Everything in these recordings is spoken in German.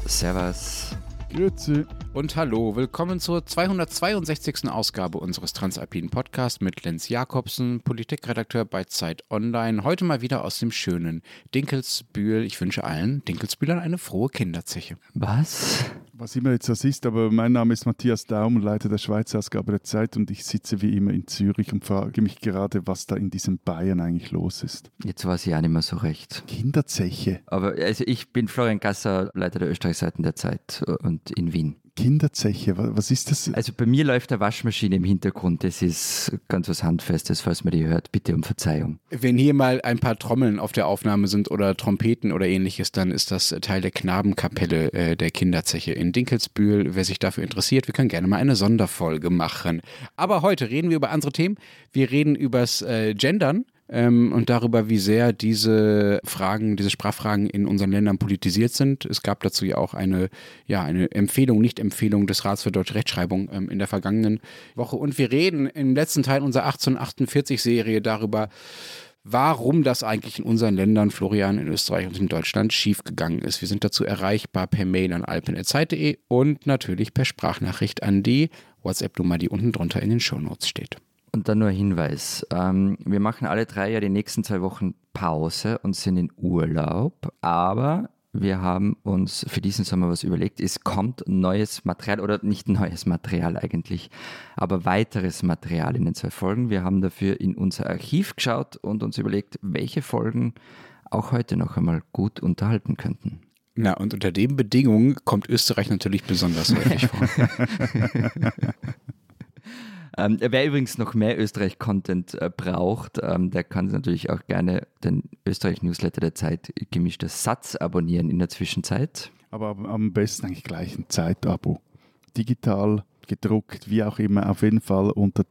Servus. Grüezi. Und hallo, willkommen zur 262. Ausgabe unseres Transalpinen Podcasts mit Lenz Jakobsen, Politikredakteur bei Zeit Online. Heute mal wieder aus dem schönen Dinkelsbühl. Ich wünsche allen Dinkelsbühlern eine frohe Kinderzeche. Was immer jetzt das ist, aber mein Name ist Matthias Daum, Leiter der Schweizer Ausgabe der Zeit und ich sitze wie immer in Zürich und frage mich gerade, was da in diesem Bayern eigentlich los ist. Jetzt weiß ich auch nicht mehr so recht. Kinderzeche. Aber also ich bin Florian Gasser, Leiter der Österreichseiten der Zeit und in Wien. Kinderzeche, was ist das? Also bei mir läuft eine Waschmaschine im Hintergrund. Das ist ganz was Handfestes, falls man die hört. Bitte um Verzeihung. Wenn hier mal ein paar Trommeln auf der Aufnahme sind oder Trompeten oder ähnliches, dann ist das Teil der Knabenkapelle der Kinderzeche in Dinkelsbühl. Wer sich dafür interessiert, wir können gerne mal eine Sonderfolge machen. Aber heute reden wir über andere Themen. Wir reden übers Gendern. Und darüber, wie sehr diese Sprachfragen in unseren Ländern politisiert sind. Es gab dazu ja auch eine Empfehlung, Nicht-Empfehlung des Rats für deutsche Rechtschreibung in der vergangenen Woche. Und wir reden im letzten Teil unserer 1848-Serie darüber, warum das eigentlich in unseren Ländern, Florian, in Österreich und in Deutschland, schiefgegangen ist. Wir sind dazu erreichbar per Mail an alpen@zeit.de und natürlich per Sprachnachricht an die WhatsApp-Nummer, die unten drunter in den Shownotes steht. Und dann nur ein Hinweis. Wir machen alle 3 ja die nächsten 2 Wochen Pause und sind in Urlaub, aber wir haben uns für diesen Sommer was überlegt. Es kommt neues Material, oder nicht neues Material eigentlich, aber weiteres Material in den 2 Folgen. Wir haben dafür in unser Archiv geschaut und uns überlegt, welche Folgen auch heute noch einmal gut unterhalten könnten. Na, und unter den Bedingungen kommt Österreich natürlich besonders häufig vor. Wer übrigens noch mehr Österreich-Content braucht, der kann natürlich auch gerne den Österreich-Newsletter der Zeit Gemischter Satz abonnieren in der Zwischenzeit. Aber am besten eigentlich gleich ein Zeitabo. Digital, gedruckt, wie auch immer, auf jeden Fall unter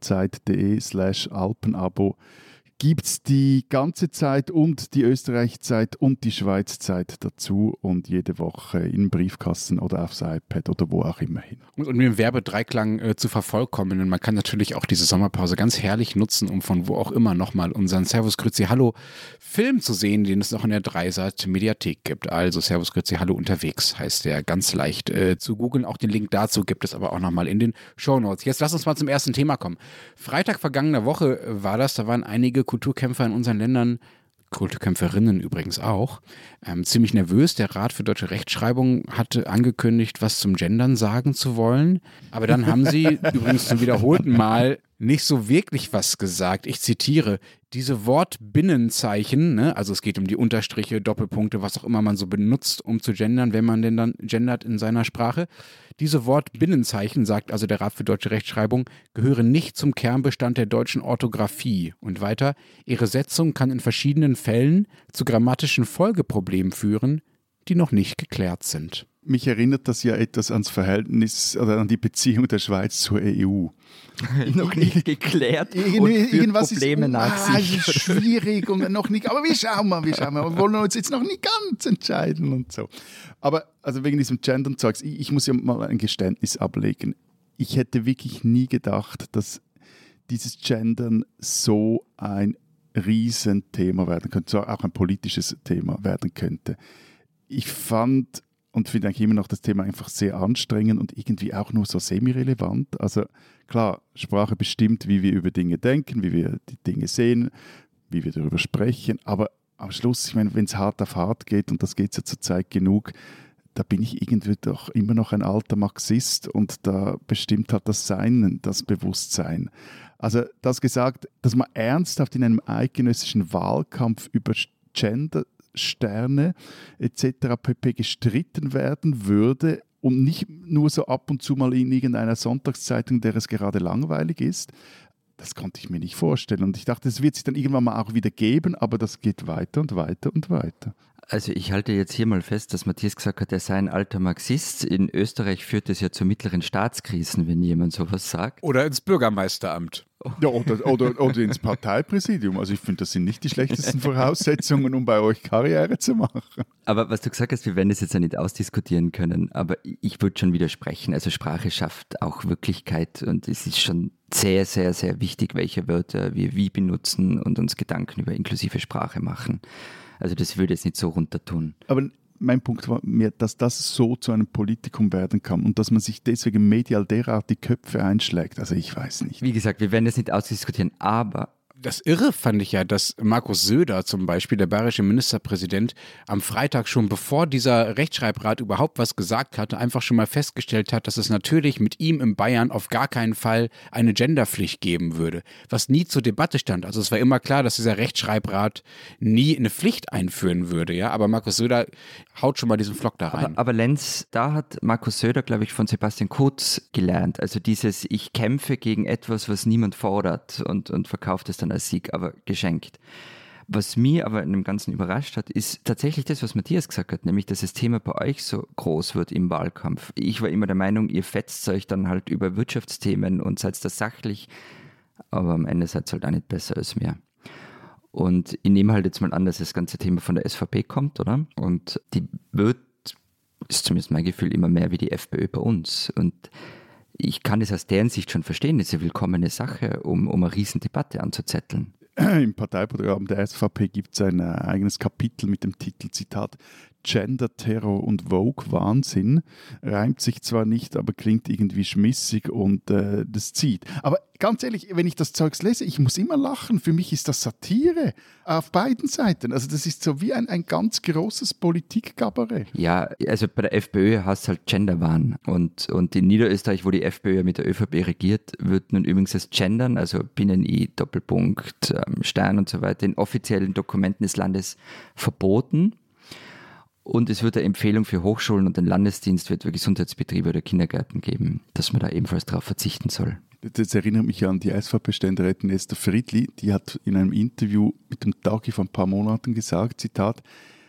zeit.de/Alpenabo gibt es die ganze Zeit und die Österreich-Zeit und die Schweiz-Zeit dazu und jede Woche im Briefkasten oder aufs iPad oder wo auch immer hin. Und um den Werbedreiklang zu vervollkommnen, man kann natürlich auch diese Sommerpause ganz herrlich nutzen, um von wo auch immer nochmal unseren Servus Grüezi Hallo Film zu sehen, den es noch in der Dreisat Mediathek gibt. Also Servus Grüezi Hallo unterwegs heißt der, ganz leicht zu googeln. Auch den Link dazu gibt es aber auch nochmal in den Shownotes. Jetzt lass uns mal zum ersten Thema kommen. Freitag vergangener Woche war das, da waren einige Kulturkämpfer in unseren Ländern, Kulturkämpferinnen übrigens auch, ziemlich nervös. Der Rat für deutsche Rechtschreibung hatte angekündigt, was zum Gendern sagen zu wollen. Aber dann haben sie übrigens zum wiederholten Mal nicht so wirklich was gesagt. Ich zitiere, diese Wortbinnenzeichen, ne, also es geht um die Unterstriche, Doppelpunkte, was auch immer man so benutzt, um zu gendern, wenn man denn dann gendert in seiner Sprache. Diese Wortbinnenzeichen, sagt also der Rat für deutsche Rechtschreibung, gehören nicht zum Kernbestand der deutschen Orthographie. Und weiter, ihre Setzung kann in verschiedenen Fällen zu grammatischen Folgeproblemen führen, die noch nicht geklärt sind. Mich erinnert das ja etwas ans Verhältnis oder an die Beziehung der Schweiz zur EU. Noch nicht geklärt und irgendwas Probleme nach sich. Ist schwierig und noch nicht, aber wir schauen mal. Wir wollen uns jetzt noch nicht ganz entscheiden und so. Aber also wegen diesem Gendern-Zeugs, ich muss ja mal ein Geständnis ablegen. Ich hätte wirklich nie gedacht, dass dieses Gendern so ein Riesenthema werden könnte, so auch ein politisches Thema werden könnte. Ich fand und finde eigentlich immer noch das Thema einfach sehr anstrengend und irgendwie auch nur so semi-relevant. Also klar, Sprache bestimmt, wie wir über Dinge denken, wie wir die Dinge sehen, wie wir darüber sprechen. Aber am Schluss, ich meine, wenn es hart auf hart geht, und das geht ja zurzeit genug, da bin ich irgendwie doch immer noch ein alter Marxist und da bestimmt hat das Sein, das Bewusstsein. Also das gesagt, dass man ernsthaft in einem eidgenössischen Wahlkampf über Gendersterne etc. pp. Gestritten werden würde und nicht nur so ab und zu mal in irgendeiner Sonntagszeitung, der es gerade langweilig ist, das konnte ich mir nicht vorstellen. Und ich dachte, es wird sich dann irgendwann mal auch wieder geben, aber das geht weiter und weiter und weiter. Also ich halte jetzt hier mal fest, dass Matthias gesagt hat, er sei ein alter Marxist. In Österreich führt es ja zu mittleren Staatskrisen, wenn jemand sowas sagt. Oder ins Bürgermeisteramt. Ja, oder ins Parteipräsidium. Also ich finde, das sind nicht die schlechtesten Voraussetzungen, um bei euch Karriere zu machen. Aber was du gesagt hast, wir werden das jetzt ja nicht ausdiskutieren können, aber ich würde schon widersprechen. Also Sprache schafft auch Wirklichkeit und es ist schon sehr, sehr, sehr wichtig, welche Wörter wir wie benutzen und uns Gedanken über inklusive Sprache machen. Also das würde ich jetzt nicht so runter tun. Aber mein Punkt war mehr, dass das so zu einem Politikum werden kann und dass man sich deswegen medial derart die Köpfe einschlägt. Also ich weiß nicht. Wie gesagt, wir werden das nicht ausdiskutieren, aber Das Irre fand ich ja, dass Markus Söder zum Beispiel, der bayerische Ministerpräsident, am Freitag schon, bevor dieser Rechtschreibrat überhaupt was gesagt hatte, einfach schon mal festgestellt hat, dass es natürlich mit ihm in Bayern auf gar keinen Fall eine Genderpflicht geben würde, was nie zur Debatte stand. Also es war immer klar, dass dieser Rechtschreibrat nie eine Pflicht einführen würde, ja, aber Markus Söder haut schon mal diesen Flock da rein. Aber Lenz, da hat Markus Söder, glaube ich, von Sebastian Kurz gelernt. Also dieses, ich kämpfe gegen etwas, was niemand fordert und verkauft es dann als Sieg, aber geschenkt. Was mich aber in dem Ganzen überrascht hat, ist tatsächlich das, was Matthias gesagt hat, nämlich, dass das Thema bei euch so groß wird im Wahlkampf. Ich war immer der Meinung, ihr fetzt euch dann halt über Wirtschaftsthemen und seid da sachlich, aber am Ende seid ihr halt auch nicht besser als mir. Und ich nehme halt jetzt mal an, dass das ganze Thema von der SVP kommt, oder? Und die wird, ist zumindest mein Gefühl, immer mehr wie die FPÖ bei uns. Und ich kann das aus deren Sicht schon verstehen, das ist eine willkommene Sache, um eine Riesendebatte anzuzetteln. Im Parteiprogramm der SVP gibt es ein eigenes Kapitel mit dem Titel, Zitat, Gender-Terror und Vogue-Wahnsinn. Reimt sich zwar nicht, aber klingt irgendwie schmissig und das zieht. Aber ganz ehrlich, wenn ich das Zeugs lese, ich muss immer lachen. Für mich ist das Satire auf beiden Seiten. Also das ist so wie ein ganz großes Politikkabarett. Ja, also bei der FPÖ hast du halt Genderwahn. Und in Niederösterreich, wo die FPÖ mit der ÖVP regiert, wird nun übrigens das Gendern, also Binnen-I, Doppelpunkt, Stern und so weiter, in offiziellen Dokumenten des Landes verboten. Und es wird eine Empfehlung für Hochschulen und den Landesdienst für Gesundheitsbetriebe oder Kindergärten geben, dass man da ebenfalls darauf verzichten soll. Das erinnert mich an die SVP-Ständerätin Esther Friedli, die hat in einem Interview mit dem Tagi vor ein paar Monaten gesagt, Zitat,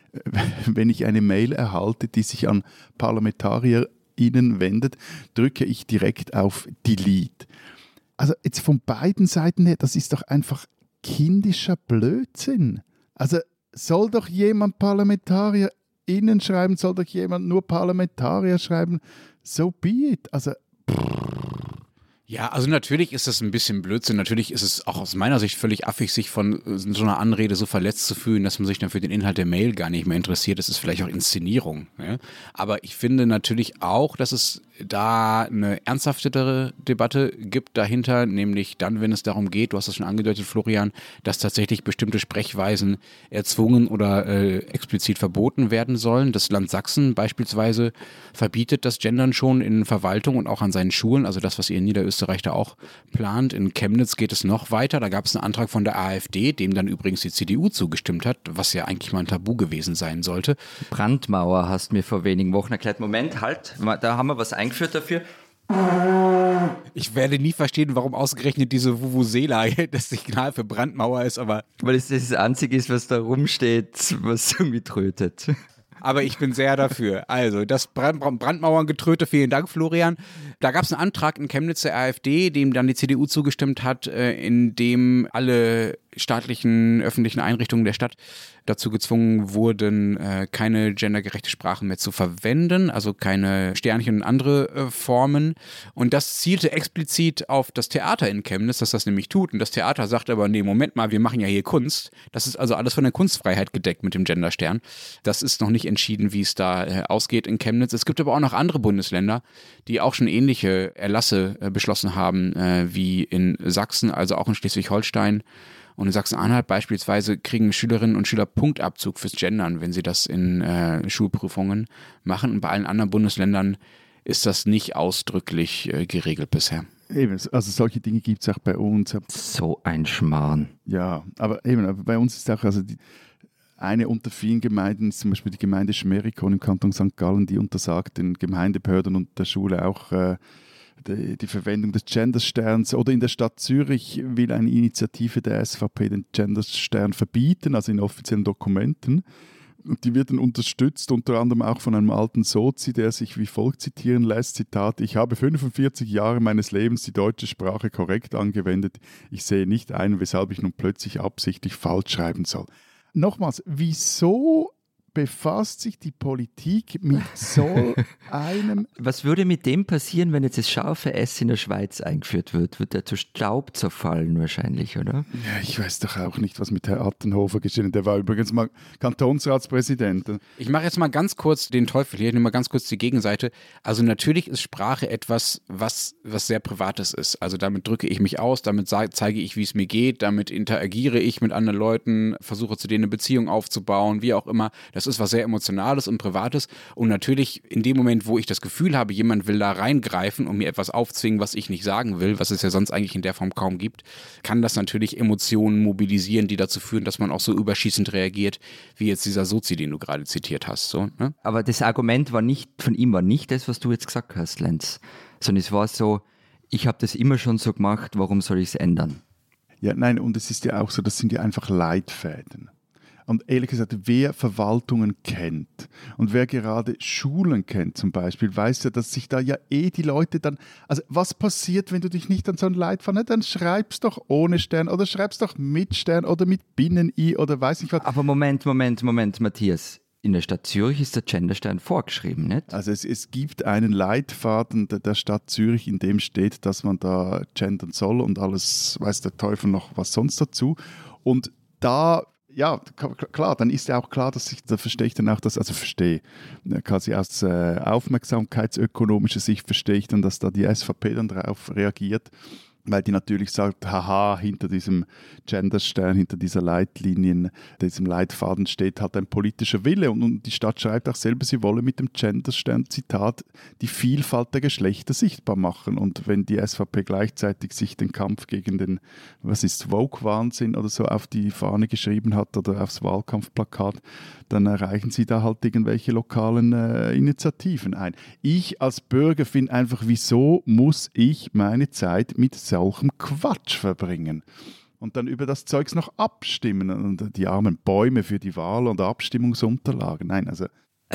wenn ich eine Mail erhalte, die sich an ParlamentarierInnen wendet, drücke ich direkt auf Delete. Also jetzt von beiden Seiten her, das ist doch einfach kindischer Blödsinn. Also soll doch jemand ParlamentarierInnen schreiben, soll doch jemand nur Parlamentarier schreiben, so be it. Also Ja, also natürlich ist das ein bisschen Blödsinn. Natürlich ist es auch aus meiner Sicht völlig affig, sich von so einer Anrede so verletzt zu fühlen, dass man sich dann für den Inhalt der Mail gar nicht mehr interessiert. Das ist vielleicht auch Inszenierung. Ja? Aber ich finde natürlich auch, dass es da eine ernsthaftere Debatte gibt dahinter, nämlich dann, wenn es darum geht, du hast es schon angedeutet, Florian, dass tatsächlich bestimmte Sprechweisen erzwungen oder explizit verboten werden sollen. Das Land Sachsen beispielsweise verbietet das Gendern schon in Verwaltung und auch an seinen Schulen, also das, was ihr in Niederösterreich da auch plant. In Chemnitz geht es noch weiter. Da gab es einen Antrag von der AfD, dem dann übrigens die CDU zugestimmt hat, was ja eigentlich mal ein Tabu gewesen sein sollte. Brandmauer hast mir vor wenigen Wochen erklärt. Moment, halt, da haben wir was eingeführt dafür. Ich werde nie verstehen, warum ausgerechnet diese Vuvuzela das Signal für Brandmauer ist, aber... Weil es das Einzige ist, was da rumsteht, was irgendwie trötet. Aber ich bin sehr dafür. Also, das Brandmauerngetröte, vielen Dank, Florian. Da gab es einen Antrag in Chemnitz der AfD, dem dann die CDU zugestimmt hat, in dem alle staatlichen, öffentlichen Einrichtungen der Stadt dazu gezwungen wurden, keine gendergerechte Sprache mehr zu verwenden, also keine Sternchen und andere Formen. Und das zielte explizit auf das Theater in Chemnitz, das nämlich tut. Und das Theater sagt aber, nee, Moment mal, wir machen ja hier Kunst. Das ist also alles von der Kunstfreiheit gedeckt mit dem Genderstern. Das ist noch nicht entschieden, wie es da ausgeht in Chemnitz. Es gibt aber auch noch andere Bundesländer, die auch schon ähnliche Erlasse beschlossen haben, wie in Sachsen, also auch in Schleswig-Holstein. Und in Sachsen-Anhalt beispielsweise kriegen Schülerinnen und Schüler Punktabzug fürs Gendern, wenn sie das in Schulprüfungen machen. Und bei allen anderen Bundesländern ist das nicht ausdrücklich geregelt bisher. Eben, also solche Dinge gibt es auch bei uns. So ein Schmarrn. Ja, aber eben, bei uns ist auch, also eine unter vielen Gemeinden ist zum Beispiel die Gemeinde Schmerikon im Kanton St. Gallen, die untersagt den Gemeindebehörden und der Schule auch die Verwendung des Gendersterns. Oder in der Stadt Zürich will eine Initiative der SVP den Genderstern verbieten, also in offiziellen Dokumenten. Und die wird dann unterstützt, unter anderem auch von einem alten Sozi, der sich wie folgt zitieren lässt, Zitat, ich habe 45 Jahre meines Lebens die deutsche Sprache korrekt angewendet. Ich sehe nicht ein, weshalb ich nun plötzlich absichtlich falsch schreiben soll. Nochmals, wieso befasst sich die Politik mit so einem... Was würde mit dem passieren, wenn jetzt das scharfe S in der Schweiz eingeführt wird? Wird der zu Staub zerfallen wahrscheinlich, oder? Ja, ich weiß doch auch nicht, was mit Herrn Attenhofer geschehen. Der war übrigens mal Kantonsratspräsident. Ich mache jetzt mal ganz kurz den Teufel hier, ich nehme mal ganz kurz die Gegenseite. Also natürlich ist Sprache etwas, was sehr Privates ist. Also damit drücke ich mich aus, damit zeige ich, wie es mir geht, damit interagiere ich mit anderen Leuten, versuche zu denen eine Beziehung aufzubauen, wie auch immer. Das ist was sehr Emotionales und Privates. Und natürlich in dem Moment, wo ich das Gefühl habe, jemand will da reingreifen und mir etwas aufzwingen, was ich nicht sagen will, was es ja sonst eigentlich in der Form kaum gibt, kann das natürlich Emotionen mobilisieren, die dazu führen, dass man auch so überschießend reagiert, wie jetzt dieser Sozi, den du gerade zitiert hast. So, ne? Aber das Argument von ihm war nicht das, was du jetzt gesagt hast, Lenz, sondern es war so, ich habe das immer schon so gemacht, warum soll ich es ändern? Ja, nein, und es ist ja auch so, das sind ja einfach Leitfäden. Und ehrlich gesagt, wer Verwaltungen kennt und wer gerade Schulen kennt zum Beispiel, weiß ja, dass sich da ja die Leute dann... Also was passiert, wenn du dich nicht an so einen Leitfaden... Dann schreibst doch ohne Stern oder schreibst doch mit Stern oder mit Binnen-I oder weiß nicht was. Aber Moment, Matthias. In der Stadt Zürich ist der Genderstern vorgeschrieben, nicht? Also es gibt einen Leitfaden der Stadt Zürich, in dem steht, dass man da gendern soll und alles, weiß der Teufel noch was sonst dazu. Und da... Ja, klar, dann ist ja auch klar, da verstehe ich dann auch das, also verstehe, quasi aus aufmerksamkeitsökonomischer Sicht verstehe ich dann, dass da die SVP dann darauf reagiert, weil die natürlich sagt, haha, hinter diesem Genderstern, hinter dieser Leitlinien, diesem Leitfaden steht halt ein politischer Wille und die Stadt schreibt auch selber, sie wolle mit dem Genderstern, Zitat, die Vielfalt der Geschlechter sichtbar machen und wenn die SVP gleichzeitig sich den Kampf gegen den, Woke-Wahnsinn oder so auf die Fahne geschrieben hat oder aufs Wahlkampfplakat, dann erreichen sie da halt irgendwelche lokalen Initiativen ein. Ich als Bürger finde einfach, wieso muss ich meine Zeit mit solchem Quatsch verbringen? Und dann über das Zeugs noch abstimmen und die armen Bäume für die Wahl und Abstimmungsunterlagen. Nein, also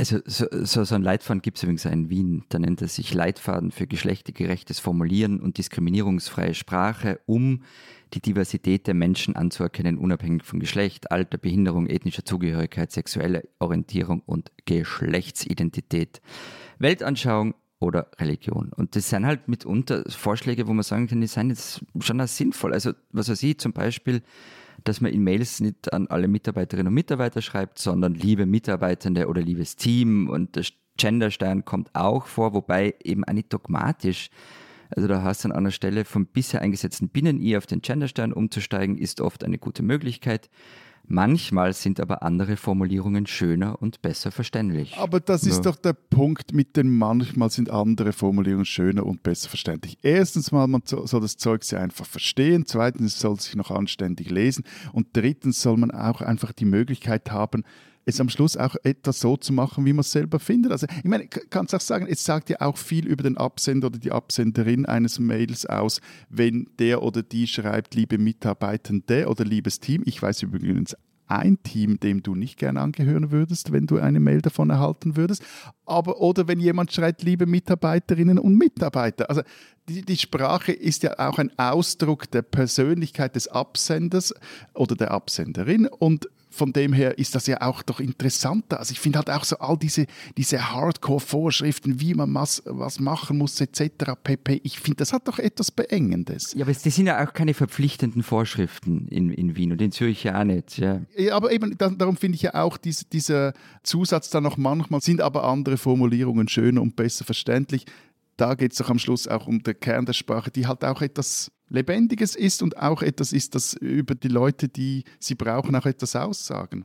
so ein Leitfaden gibt es übrigens in Wien. Da nennt es sich Leitfaden für geschlechtergerechtes Formulieren und diskriminierungsfreie Sprache, um die Diversität der Menschen anzuerkennen, unabhängig von Geschlecht, Alter, Behinderung, ethnischer Zugehörigkeit, sexueller Orientierung und Geschlechtsidentität, Weltanschauung oder Religion. Und das sind halt mitunter Vorschläge, wo man sagen kann, die sind jetzt schon auch sinnvoll. Also was weiß ich, zum Beispiel, dass man in Mails nicht an alle Mitarbeiterinnen und Mitarbeiter schreibt, sondern liebe Mitarbeitende oder liebes Team. Und der Genderstern kommt auch vor, wobei eben auch nicht dogmatisch. Also da hast du an einer Stelle vom bisher eingesetzten Binnen-I auf den Genderstern umzusteigen, ist oft eine gute Möglichkeit. Manchmal sind aber andere Formulierungen schöner und besser verständlich. Aber das ist doch der Punkt mit den manchmal sind andere Formulierungen schöner und besser verständlich. Erstens mal, man soll das Zeug ja einfach verstehen. Zweitens soll es sich noch anständig lesen. Und drittens soll man auch einfach die Möglichkeit haben, es am Schluss auch etwas so zu machen, wie man es selber findet. Also ich meine, kannst auch sagen, es sagt ja auch viel über den Absender oder die Absenderin eines Mails aus, wenn der oder die schreibt, liebe Mitarbeitende oder liebes Team. Ich weiß übrigens ein Team, dem du nicht gerne angehören würdest, wenn du eine Mail davon erhalten würdest. Oder wenn jemand schreibt, liebe Mitarbeiterinnen und Mitarbeiter. Also die Sprache ist ja auch ein Ausdruck der Persönlichkeit des Absenders oder der Absenderin und von dem her ist das ja auch doch interessanter. Also ich finde halt auch so all diese Hardcore-Vorschriften, wie man was machen muss etc. pp. Ich finde, das hat doch etwas Beengendes. Ja, aber das sind ja auch keine verpflichtenden Vorschriften in Wien und in Zürich ja auch nicht. Ja, aber eben, darum finde ich ja auch dieser Zusatz dann noch manchmal, sind aber andere Formulierungen schöner und besser verständlich. Da geht es doch am Schluss auch um den Kern der Sprache, die halt auch etwas Lebendiges ist und auch etwas ist, das über die Leute, die sie brauchen, auch etwas aussagen.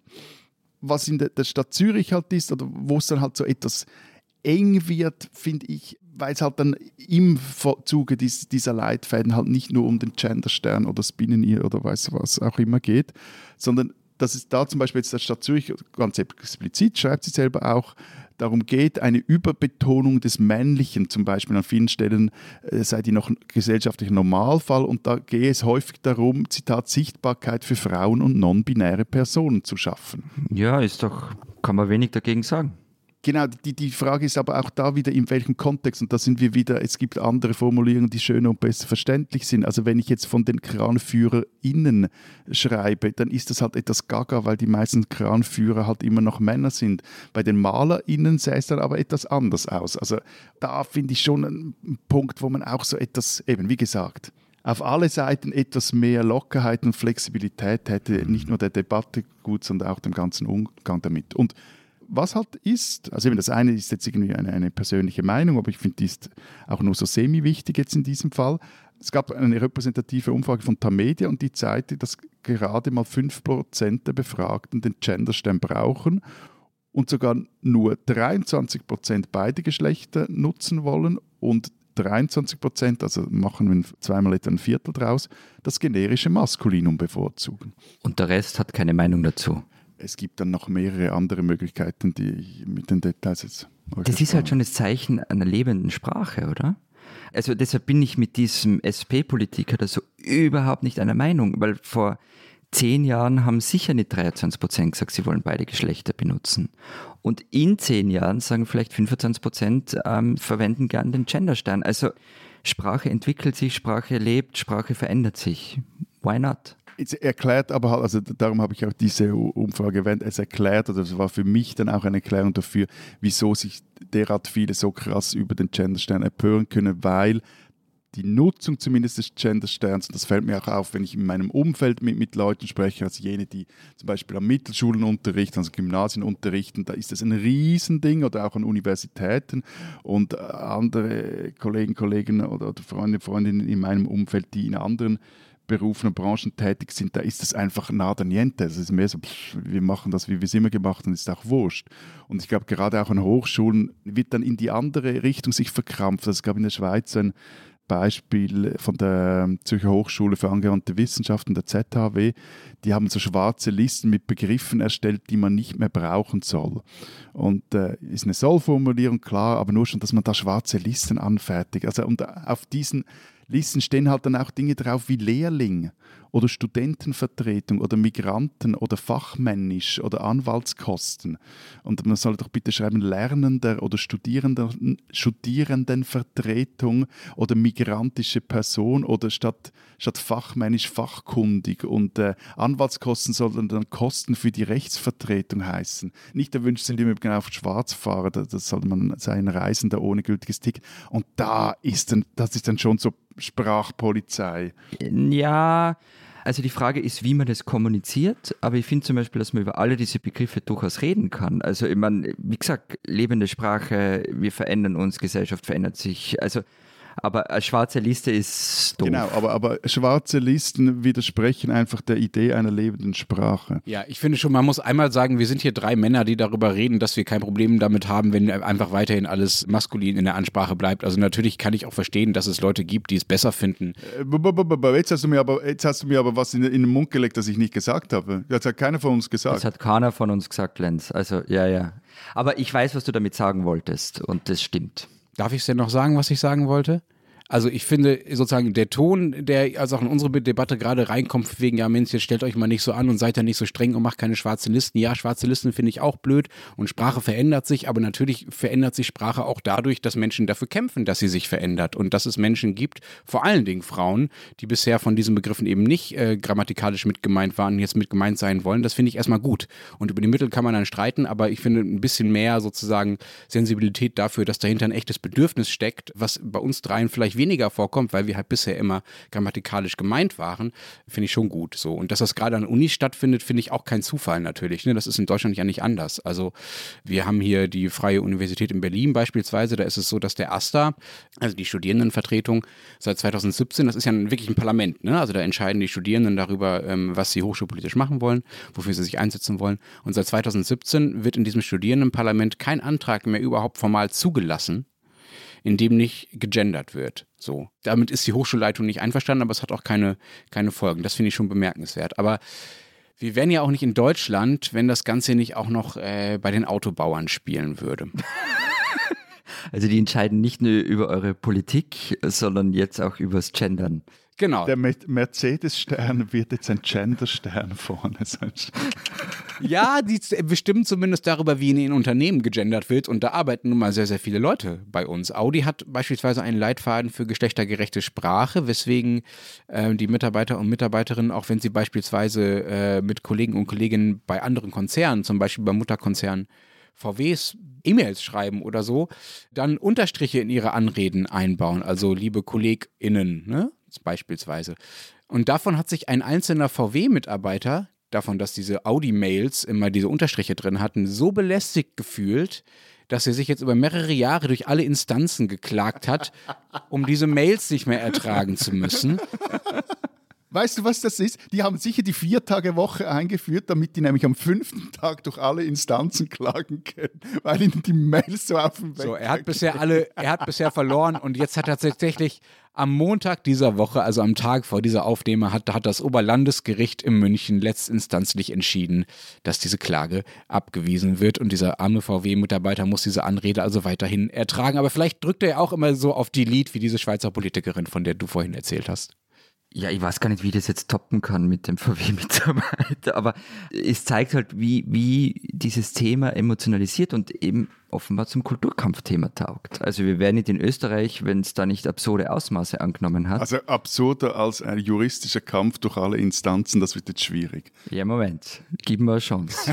Was in der Stadt Zürich halt ist, oder wo es dann halt so etwas eng wird, finde ich, weil es halt dann im Zuge dieser Leitfäden halt nicht nur um den Genderstern oder das Binnen-I oder weiß was auch immer geht, sondern dass es da zum Beispiel jetzt der Stadt Zürich ganz explizit, schreibt sie selber auch, darum geht, eine Überbetonung des Männlichen zum Beispiel an vielen Stellen sei die noch gesellschaftlicher Normalfall und da gehe es häufig darum, Zitat, Sichtbarkeit für Frauen und non-binäre Personen zu schaffen. Ja, kann man wenig dagegen sagen. Genau, die Frage ist aber auch da wieder, in welchem Kontext. Und da sind wir wieder, es gibt andere Formulierungen, die schöner und besser verständlich sind. Also wenn ich jetzt von den KranführerInnen schreibe, dann ist das halt etwas gaga, weil die meisten Kranführer halt immer noch Männer sind. Bei den MalerInnen sähe es dann aber etwas anders aus. Also da finde ich schon einen Punkt, wo man auch so etwas, eben wie gesagt, auf alle Seiten etwas mehr Lockerheit und Flexibilität hätte, nicht nur der Debatte gut, sondern auch dem ganzen Umgang damit. Und was halt ist, also eben das eine ist jetzt irgendwie eine persönliche Meinung, aber ich finde, die ist auch nur so semi-wichtig jetzt in diesem Fall. Es gab eine repräsentative Umfrage von Tamedia und die zeigte, dass gerade mal 5% der Befragten den Genderstern brauchen und sogar nur 23% beide Geschlechter nutzen wollen und 23%, also machen wir zweimal etwa ein Viertel draus, das generische Maskulinum bevorzugen. Und der Rest hat keine Meinung dazu. Es gibt dann noch mehrere andere Möglichkeiten, die ich mit den Details jetzt... Das ist halt schon das Zeichen einer lebenden Sprache, oder? Also deshalb bin ich mit diesem SP-Politiker da so überhaupt nicht einer Meinung, weil vor 10 Jahren haben sicher nicht 23% gesagt, sie wollen beide Geschlechter benutzen. Und in 10 Jahren sagen vielleicht 25% verwenden gern den Genderstern. Also Sprache entwickelt sich, Sprache lebt, Sprache verändert sich. Why not? Es erklärt aber halt, also darum habe ich auch diese Umfrage erwähnt, es erklärt, also es war für mich dann auch eine Erklärung dafür, wieso sich derart viele so krass über den Genderstern empören können, weil die Nutzung zumindest des Gendersterns, und das fällt mir auch auf, wenn ich in meinem Umfeld mit Leuten spreche, also jene, die zum Beispiel an Mittelschulen unterrichten, also Gymnasien unterrichten, da ist das ein Riesending oder auch an Universitäten und andere Kollegen oder Freundinnen in meinem Umfeld, die in anderen Berufen und Branchen tätig sind, da ist es einfach nada niente. Es ist mehr so, wir machen das, wie wir es immer gemacht haben, ist auch wurscht. Und ich glaube, gerade auch an Hochschulen wird dann in die andere Richtung sich verkrampft. Also es gab in der Schweiz ein Beispiel von der Zürcher Hochschule für angewandte Wissenschaften, der ZHW, die haben so schwarze Listen mit Begriffen erstellt, die man nicht mehr brauchen soll. Und ist eine Sollformulierung, klar, aber nur schon, dass man da schwarze Listen anfertigt. Also und auf diesen Listen stehen halt dann auch Dinge drauf wie Lehrling oder Studentenvertretung oder Migranten oder fachmännisch oder Anwaltskosten. Und man soll doch bitte schreiben Lernender oder Studierendenvertretung oder migrantische Person oder statt fachmännisch fachkundig. Und Anwaltskosten sollen dann Kosten für die Rechtsvertretung heißen. Nicht erwünscht sind immer genau auf Schwarzfahrer, das soll man sein Reisender ohne gültiges Ticket. Und das ist dann schon so Sprachpolizei. Ja, also die Frage ist, wie man das kommuniziert, aber ich finde zum Beispiel, dass man über alle diese Begriffe durchaus reden kann. Also ich meine, wie gesagt, lebende Sprache, wir verändern uns, Gesellschaft verändert sich, also aber eine schwarze Liste ist doof. Genau, aber schwarze Listen widersprechen einfach der Idee einer lebenden Sprache. Ja, ich finde schon, man muss einmal sagen, wir sind hier 3 Männer, die darüber reden, dass wir kein Problem damit haben, wenn einfach weiterhin alles maskulin in der Ansprache bleibt. Also natürlich kann ich auch verstehen, dass es Leute gibt, die es besser finden. Jetzt hast du mir aber was in den Mund gelegt, das ich nicht gesagt habe. Das hat keiner von uns gesagt. Das hat keiner von uns gesagt, Lenz. Also, ja. Aber ich weiß, was du damit sagen wolltest und das stimmt. Darf ich es denn noch sagen, was ich sagen wollte? Also ich finde sozusagen der Ton, der also auch in unsere Debatte gerade reinkommt, wegen, ja Mensch, jetzt stellt euch mal nicht so an und seid ja nicht so streng und macht keine schwarzen Listen. Ja, schwarze Listen finde ich auch blöd und Sprache verändert sich, aber natürlich verändert sich Sprache auch dadurch, dass Menschen dafür kämpfen, dass sie sich verändert und dass es Menschen gibt, vor allen Dingen Frauen, die bisher von diesen Begriffen eben nicht grammatikalisch mitgemeint waren und jetzt mitgemeint sein wollen. Das finde ich erstmal gut. Und über die Mittel kann man dann streiten, aber ich finde ein bisschen mehr sozusagen Sensibilität dafür, dass dahinter ein echtes Bedürfnis steckt, was bei uns dreien vielleicht weniger vorkommt, weil wir halt bisher immer grammatikalisch gemeint waren, finde ich schon gut. So. Und dass das gerade an Unis stattfindet, finde ich auch kein Zufall natürlich. Ne? Das ist in Deutschland ja nicht anders. Also wir haben hier die Freie Universität in Berlin beispielsweise, da ist es so, dass der AStA, also die Studierendenvertretung, seit 2017, das ist ja wirklich ein Parlament, ne? Also da entscheiden die Studierenden darüber, was sie hochschulpolitisch machen wollen, wofür sie sich einsetzen wollen. Und seit 2017 wird in diesem Studierendenparlament kein Antrag mehr überhaupt formal zugelassen, in dem nicht gegendert wird. So. Damit ist die Hochschulleitung nicht einverstanden, aber es hat auch keine Folgen. Das finde ich schon bemerkenswert. Aber wir wären ja auch nicht in Deutschland, wenn das Ganze nicht auch noch bei den Autobauern spielen würde. Also die entscheiden nicht nur über eure Politik, sondern jetzt auch übers Gendern. Genau. Der Mercedes-Stern wird jetzt ein Gender-Stern vorne. Ja, die bestimmen zumindest darüber, wie in den Unternehmen gegendert wird. Und da arbeiten nun mal sehr, sehr viele Leute bei uns. Audi hat beispielsweise einen Leitfaden für geschlechtergerechte Sprache, weswegen die Mitarbeiter und Mitarbeiterinnen, auch wenn sie beispielsweise mit Kollegen und Kolleginnen bei anderen Konzernen, zum Beispiel beim Mutterkonzern VWs, E-Mails schreiben oder so, dann Unterstriche in ihre Anreden einbauen. Also liebe KollegInnen, ne? Beispielsweise. Und davon hat sich ein einzelner VW-Mitarbeiter, davon, dass diese Audi-Mails immer diese Unterstriche drin hatten, so belästigt gefühlt, dass er sich jetzt über mehrere Jahre durch alle Instanzen geklagt hat, um diese Mails nicht mehr ertragen zu müssen. Weißt du, was das ist? Die haben sicher die 4-Tage-Woche eingeführt, damit die nämlich am 5. Tag durch alle Instanzen klagen können, weil ihnen die Mails so auf dem Weg So, er hat bisher verloren und jetzt hat er tatsächlich am Montag dieser Woche, also am Tag vor dieser Aufnahme, hat das Oberlandesgericht in München letztinstanzlich entschieden, dass diese Klage abgewiesen wird und dieser arme VW-Mitarbeiter muss diese Anrede also weiterhin ertragen. Aber vielleicht drückt er ja auch immer so auf Delete wie diese Schweizer Politikerin, von der du vorhin erzählt hast. Ja, ich weiß gar nicht, wie ich das jetzt toppen kann mit dem VW-Mitarbeiter, aber es zeigt halt, wie dieses Thema emotionalisiert und eben offenbar zum Kulturkampfthema taugt. Also wir wären nicht in Österreich, wenn es da nicht absurde Ausmaße angenommen hat. Also absurder als ein juristischer Kampf durch alle Instanzen, das wird jetzt schwierig. Ja, Moment, gib mir eine Chance.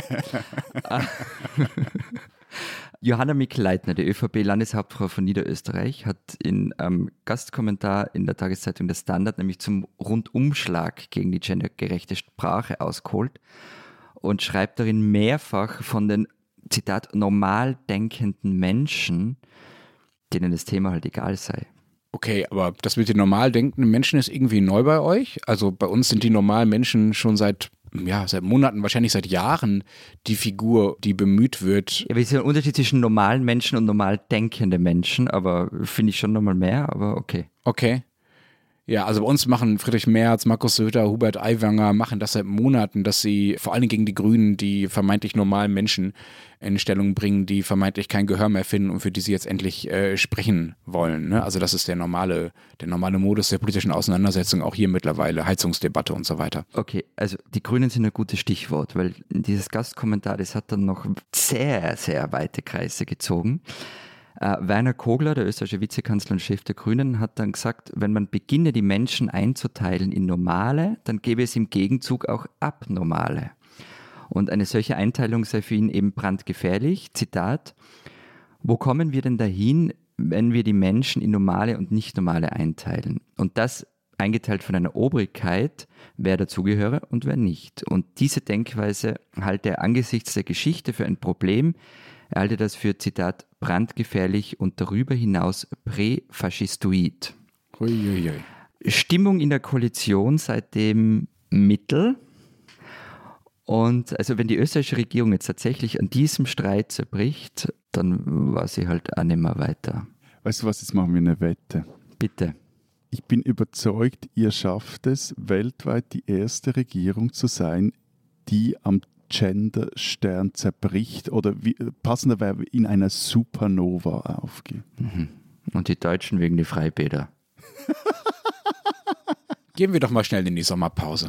Johanna Mikl-Leitner, die ÖVP-Landeshauptfrau von Niederösterreich, hat in einem Gastkommentar in der Tageszeitung Der Standard nämlich zum Rundumschlag gegen die gendergerechte Sprache ausgeholt und schreibt darin mehrfach von den, Zitat, normal denkenden Menschen, denen das Thema halt egal sei. Okay, aber das mit den normal denkenden Menschen ist irgendwie neu bei euch? Also bei uns sind die normalen Menschen schon seit Monaten, wahrscheinlich seit Jahren die Figur, die bemüht wird. Ja, aber es ist ja ein Unterschied zwischen normalen Menschen und normal denkende Menschen, aber finde ich schon nochmal mehr, aber okay. Okay. Ja, also bei uns machen Friedrich Merz, Markus Söder, Hubert Aiwanger machen das seit Monaten, dass sie vor allem gegen die Grünen die vermeintlich normalen Menschen in Stellung bringen, die vermeintlich kein Gehör mehr finden und für die sie jetzt endlich sprechen wollen. Ne? Also das ist der normale Modus der politischen Auseinandersetzung, auch hier mittlerweile, Heizungsdebatte und so weiter. Okay, also die Grünen sind ein gutes Stichwort, weil dieses Gastkommentar, das hat dann noch sehr, sehr weite Kreise gezogen. Werner Kogler, der österreichische Vizekanzler und Chef der Grünen, hat dann gesagt, wenn man beginne, die Menschen einzuteilen in Normale, dann gäbe es im Gegenzug auch Abnormale. Und eine solche Einteilung sei für ihn eben brandgefährlich. Zitat: Wo kommen wir denn dahin, wenn wir die Menschen in Normale und Nicht-Normale einteilen? Und das eingeteilt von einer Obrigkeit, wer dazugehöre und wer nicht. Und diese Denkweise halte er angesichts der Geschichte für ein Problem. Er halte das für, Zitat, brandgefährlich und darüber hinaus präfaschistoid. Uiuiui. Stimmung in der Koalition seitdem mittel. Und also wenn die österreichische Regierung jetzt tatsächlich an diesem Streit zerbricht, dann war sie halt auch nicht mehr weiter. Weißt du was, jetzt machen wir eine Wette. Bitte. Ich bin überzeugt, ihr schafft es, weltweit die erste Regierung zu sein, die am Gender-Stern zerbricht oder passender wäre, in einer Supernova aufgeht. Mhm. Und die Deutschen wegen die Freibäder. Gehen wir doch mal schnell in die Sommerpause.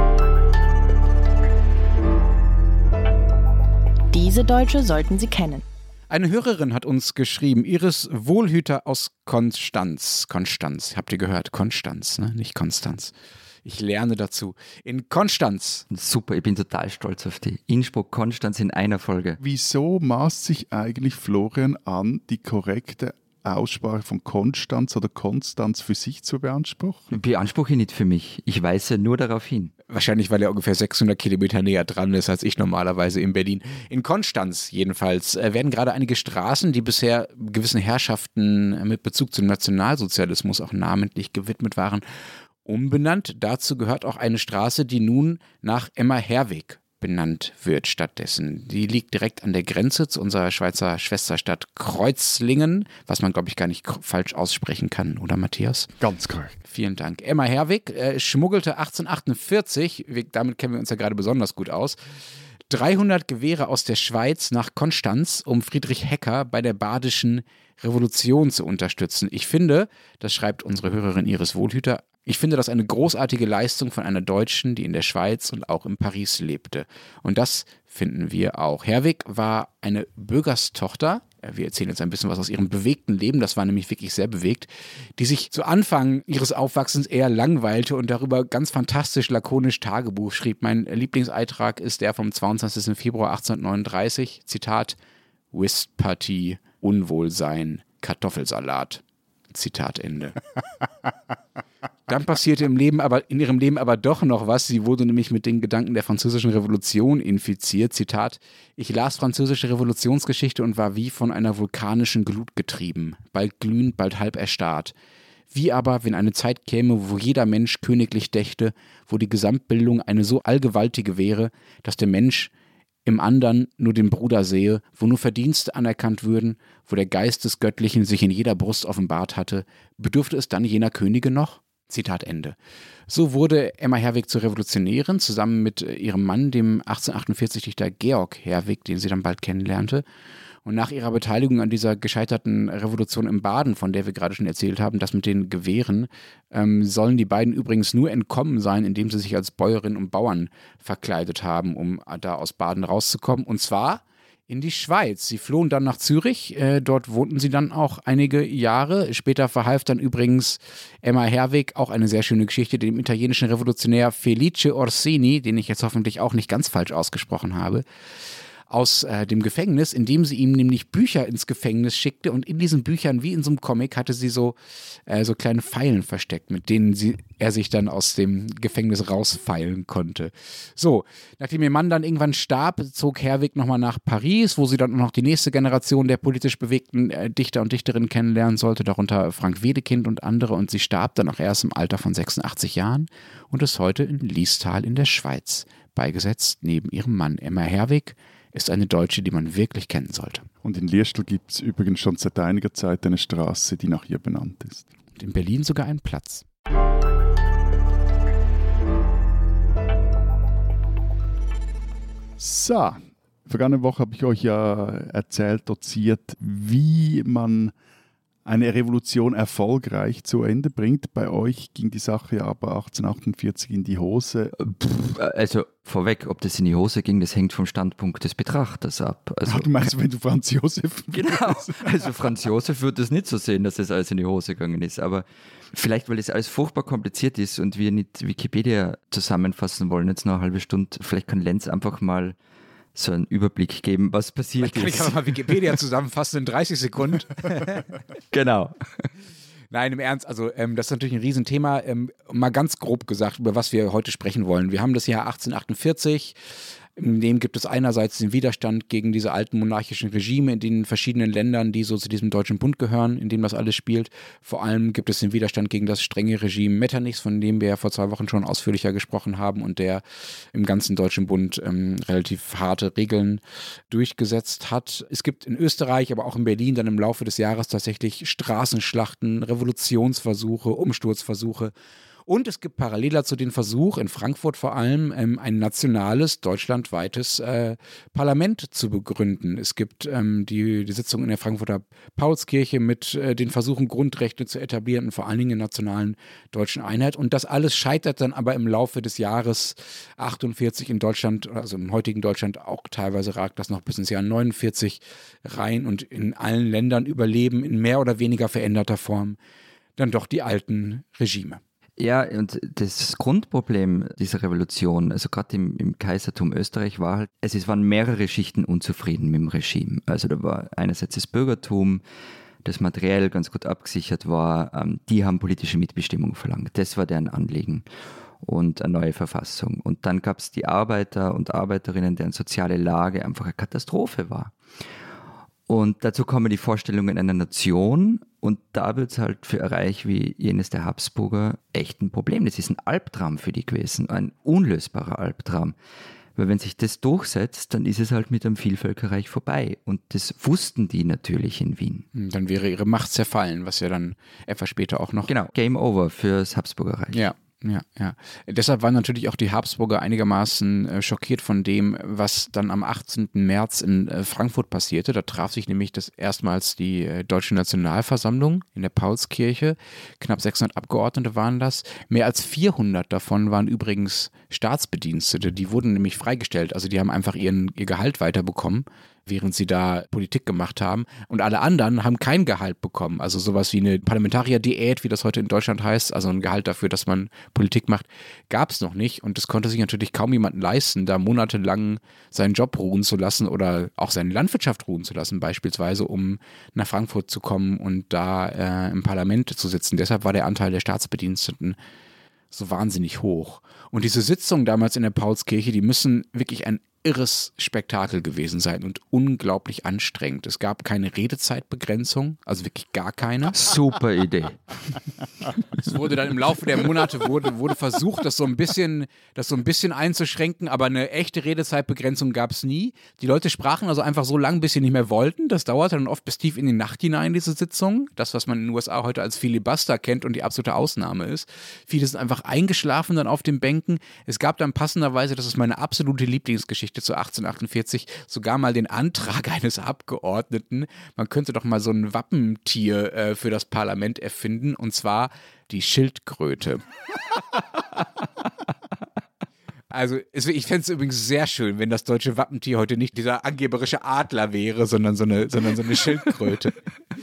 Diese Deutsche sollten Sie kennen. Eine Hörerin hat uns geschrieben, Iris Wohlhüter aus Konstanz. Konstanz, habt ihr gehört? Konstanz, ne? Nicht Konstanz. Ich lerne dazu. In Konstanz. Super, ich bin total stolz auf die. Innsbruck, Konstanz in einer Folge. Wieso maßt sich eigentlich Florian an, die korrekte Aussprache von Konstanz oder Konstanz für sich zu beanspruchen? Beanspruche ich nicht für mich. Ich weise nur darauf hin. Wahrscheinlich, weil er ungefähr 600 Kilometer näher dran ist als ich normalerweise in Berlin. In Konstanz jedenfalls werden gerade einige Straßen, die bisher gewissen Herrschaften mit Bezug zum Nationalsozialismus auch namentlich gewidmet waren, umbenannt. Dazu gehört auch eine Straße, die nun nach Emma Herwegh benannt wird stattdessen. Die liegt direkt an der Grenze zu unserer Schweizer Schwesterstadt Kreuzlingen, was man, glaube ich, gar nicht falsch aussprechen kann, oder Matthias? Ganz korrekt. Vielen Dank. Emma Herwegh schmuggelte 1848, damit kennen wir uns ja gerade besonders gut aus, 300 Gewehre aus der Schweiz nach Konstanz, um Friedrich Hecker bei der Badischen Revolution zu unterstützen. Ich finde, das schreibt unsere Hörerin Iris Wohlhüter, Ich finde das eine großartige Leistung von einer Deutschen, die in der Schweiz und auch in Paris lebte. Und das finden wir auch. Herwig war eine Bürgerstochter. Wir erzählen jetzt ein bisschen was aus ihrem bewegten Leben, das war nämlich wirklich sehr bewegt, die sich zu Anfang ihres Aufwachsens eher langweilte und darüber ganz fantastisch lakonisch Tagebuch schrieb. Mein Lieblingseintrag ist der vom 22. Februar 1839, Zitat, Whistpartie, Unwohlsein, Kartoffelsalat. Zitat Ende. Dann passierte in ihrem Leben aber doch noch was. Sie wurde nämlich mit den Gedanken der Französischen Revolution infiziert. Zitat, ich las französische Revolutionsgeschichte und war wie von einer vulkanischen Glut getrieben. Bald glühend, bald halb erstarrt. Wie aber, wenn eine Zeit käme, wo jeder Mensch königlich dächte, wo die Gesamtbildung eine so allgewaltige wäre, dass der Mensch im anderen nur den Bruder sehe, wo nur Verdienste anerkannt würden, wo der Geist des Göttlichen sich in jeder Brust offenbart hatte, bedurfte es dann jener Könige noch? Zitat Ende. So wurde Emma Herwig zur Revolutionärin, zusammen mit ihrem Mann, dem 1848 Dichter Georg Herwig, den sie dann bald kennenlernte. Und nach ihrer Beteiligung an dieser gescheiterten Revolution im Baden, von der wir gerade schon erzählt haben, das mit den Gewehren, sollen die beiden übrigens nur entkommen sein, indem sie sich als Bäuerinnen und Bauern verkleidet haben, um da aus Baden rauszukommen. Und zwar in die Schweiz. Sie flohen dann nach Zürich, dort wohnten sie dann auch einige Jahre. Später verhalf dann übrigens Emma Herwig, auch eine sehr schöne Geschichte, dem italienischen Revolutionär Felice Orsini, den ich jetzt hoffentlich auch nicht ganz falsch ausgesprochen habe, aus dem Gefängnis, indem sie ihm nämlich Bücher ins Gefängnis schickte und in diesen Büchern, wie in so einem Comic, hatte sie so kleine Pfeilen versteckt, mit denen er sich dann aus dem Gefängnis rausfeilen konnte. So, nachdem ihr Mann dann irgendwann starb, zog Herwig nochmal nach Paris, wo sie dann noch die nächste Generation der politisch bewegten Dichter und Dichterinnen kennenlernen sollte, darunter Frank Wedekind und andere, und sie starb dann auch erst im Alter von 86 Jahren und ist heute in Liestal in der Schweiz beigesetzt, neben ihrem Mann. Emma Herwig ist eine Deutsche, die man wirklich kennen sollte. Und in Liestal gibt es übrigens schon seit einiger Zeit eine Straße, die nach ihr benannt ist. Und in Berlin sogar einen Platz. So, vergangene Woche habe ich euch ja erzählt, doziert, wie man eine Revolution erfolgreich zu Ende bringt. Bei euch ging die Sache ja aber 1848 in die Hose. Also vorweg, ob das in die Hose ging, das hängt vom Standpunkt des Betrachters ab. Also, du meinst, wenn du Franz Josef... Genau, also Franz Josef würde es nicht so sehen, dass das alles in die Hose gegangen ist, aber vielleicht, weil das alles furchtbar kompliziert ist und wir nicht Wikipedia zusammenfassen wollen, jetzt noch eine halbe Stunde, vielleicht kann Lenz einfach mal so einen Überblick geben, was passiert ist. Ich kann mal Wikipedia zusammenfassen in 30 Sekunden. Genau. Nein, im Ernst, also das ist natürlich ein Riesenthema. Mal ganz grob gesagt, über was wir heute sprechen wollen. Wir haben das Jahr 1848. In dem gibt es einerseits den Widerstand gegen diese alten monarchischen Regime in den verschiedenen Ländern, die so zu diesem Deutschen Bund gehören, in dem das alles spielt. Vor allem gibt es den Widerstand gegen das strenge Regime Metternichs, von dem wir ja vor 2 Wochen schon ausführlicher gesprochen haben und der im ganzen Deutschen Bund relativ harte Regeln durchgesetzt hat. Es gibt in Österreich, aber auch in Berlin dann im Laufe des Jahres tatsächlich Straßenschlachten, Revolutionsversuche, Umsturzversuche. Und es gibt parallel dazu den Versuch, in Frankfurt vor allem, ein nationales, deutschlandweites Parlament zu begründen. Es gibt die Sitzung in der Frankfurter Paulskirche mit den Versuchen, Grundrechte zu etablieren und vor allen Dingen in nationalen deutschen Einheit. Und das alles scheitert dann aber im Laufe des Jahres 48 in Deutschland, also im heutigen Deutschland auch teilweise ragt das noch bis ins Jahr 49 rein. Und in allen Ländern überleben in mehr oder weniger veränderter Form dann doch die alten Regime. Ja, und das Grundproblem dieser Revolution, also gerade im Kaisertum Österreich, war halt, es waren mehrere Schichten unzufrieden mit dem Regime. Also da war einerseits das Bürgertum, das materiell ganz gut abgesichert war, die haben politische Mitbestimmung verlangt. Das war deren Anliegen und eine neue Verfassung. Und dann gab es die Arbeiter und Arbeiterinnen, deren soziale Lage einfach eine Katastrophe war. Und dazu kommen die Vorstellungen einer Nation und da wird es halt für ein Reich wie jenes der Habsburger echt ein Problem. Das ist ein Albtraum für die gewesen, ein unlösbarer Albtraum. Weil wenn sich das durchsetzt, dann ist es halt mit einem Vielvölkerreich vorbei. Und das wussten die natürlich in Wien. Dann wäre ihre Macht zerfallen, was ja dann etwas später auch noch... Genau, Game over fürs Habsburgerreich. Ja. Ja. Deshalb waren natürlich auch die Habsburger einigermaßen schockiert von dem, was dann am 18. März in Frankfurt passierte. Da traf sich nämlich das erstmals die Deutsche Nationalversammlung in der Paulskirche. Knapp 600 Abgeordnete waren das. Mehr als 400 davon waren übrigens Staatsbedienstete. Die wurden nämlich freigestellt. Also die haben einfach ihr Gehalt weiterbekommen, während sie da Politik gemacht haben. Und alle anderen haben kein Gehalt bekommen. Also sowas wie eine Parlamentarier-Diät, wie das heute in Deutschland heißt, also ein Gehalt dafür, dass man Politik macht, gab es noch nicht. Und das konnte sich natürlich kaum jemand leisten, da monatelang seinen Job ruhen zu lassen oder auch seine Landwirtschaft ruhen zu lassen, beispielsweise, um nach Frankfurt zu kommen und da im Parlament zu sitzen. Deshalb war der Anteil der Staatsbediensteten so wahnsinnig hoch. Und diese Sitzungen damals in der Paulskirche, die müssen wirklich ein irres Spektakel gewesen sein und unglaublich anstrengend. Es gab keine Redezeitbegrenzung, also wirklich gar keine. Super Idee. Es wurde dann im Laufe der Monate wurde versucht, das so ein bisschen einzuschränken, aber eine echte Redezeitbegrenzung gab es nie. Die Leute sprachen also einfach so lang, bis sie nicht mehr wollten. Das dauerte dann oft bis tief in die Nacht hinein, diese Sitzung. Das, was man in den USA heute als Filibuster kennt und die absolute Ausnahme ist. Viele sind einfach eingeschlafen dann auf den Bänken. Es gab dann passenderweise, das ist meine absolute Lieblingsgeschichte zu 1848, sogar mal den Antrag eines Abgeordneten, man könnte doch mal so ein Wappentier für das Parlament erfinden, und zwar die Schildkröte. Also ich fände es übrigens sehr schön, wenn das deutsche Wappentier heute nicht dieser angeberische Adler wäre, sondern so eine Schildkröte.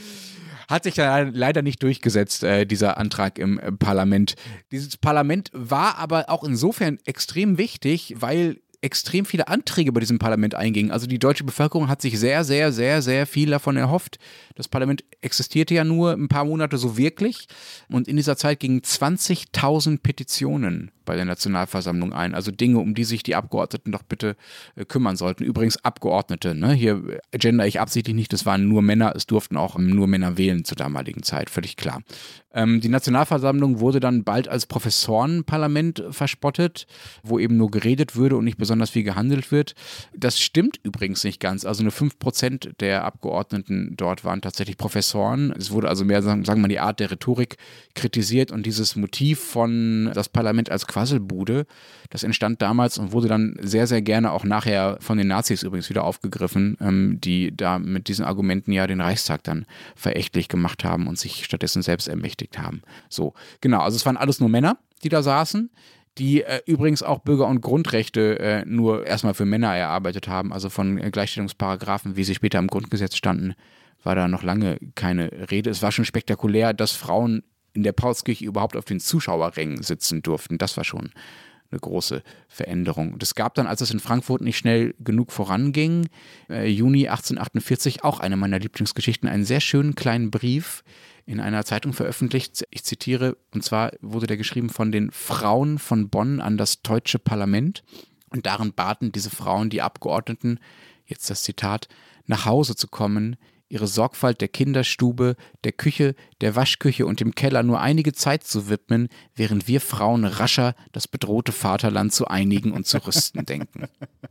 Hat sich ja leider nicht durchgesetzt, dieser Antrag im Parlament. Dieses Parlament war aber auch insofern extrem wichtig, weil extrem viele Anträge bei diesem Parlament eingingen. Also die deutsche Bevölkerung hat sich sehr, sehr, sehr, sehr viel davon erhofft. Das Parlament existierte ja nur ein paar Monate so wirklich, und in dieser Zeit gingen 20.000 Petitionen bei der Nationalversammlung ein. Also Dinge, um die sich die Abgeordneten doch bitte kümmern sollten. Übrigens Abgeordnete, ne? Hier gender ich absichtlich nicht, das waren nur Männer, es durften auch nur Männer wählen zur damaligen Zeit, völlig klar. Die Nationalversammlung wurde dann bald als Professorenparlament verspottet, wo eben nur geredet würde und nicht besonders viel gehandelt wird. Das stimmt übrigens nicht ganz. Also nur 5% der Abgeordneten dort waren tatsächlich Professoren. Es wurde also mehr, sagen wir mal, die Art der Rhetorik kritisiert, und dieses Motiv von das Parlament als Quasselbude, das entstand damals und wurde dann sehr, sehr gerne auch nachher von den Nazis übrigens wieder aufgegriffen, die da mit diesen Argumenten ja den Reichstag dann verächtlich gemacht haben und sich stattdessen selbst ermächtigt haben. So, genau, also es waren alles nur Männer, die da saßen, die übrigens auch Bürger- und Grundrechte nur erstmal für Männer erarbeitet haben, also von Gleichstellungsparagraphen, wie sie später im Grundgesetz standen, war da noch lange keine Rede. Es war schon spektakulär, dass Frauen in der Paulskirche überhaupt auf den Zuschauerrängen sitzen durften. Das war schon eine große Veränderung. Und es gab dann, als es in Frankfurt nicht schnell genug voranging, Juni 1848, auch eine meiner Lieblingsgeschichten, einen sehr schönen kleinen Brief in einer Zeitung veröffentlicht. Ich zitiere, und zwar wurde der geschrieben von den Frauen von Bonn an das deutsche Parlament. Und darin baten diese Frauen die Abgeordneten, jetzt das Zitat, nach Hause zu kommen, ihre Sorgfalt der Kinderstube, der Küche, der Waschküche und dem Keller nur einige Zeit zu widmen, während wir Frauen rascher das bedrohte Vaterland zu einigen und zu rüsten denken.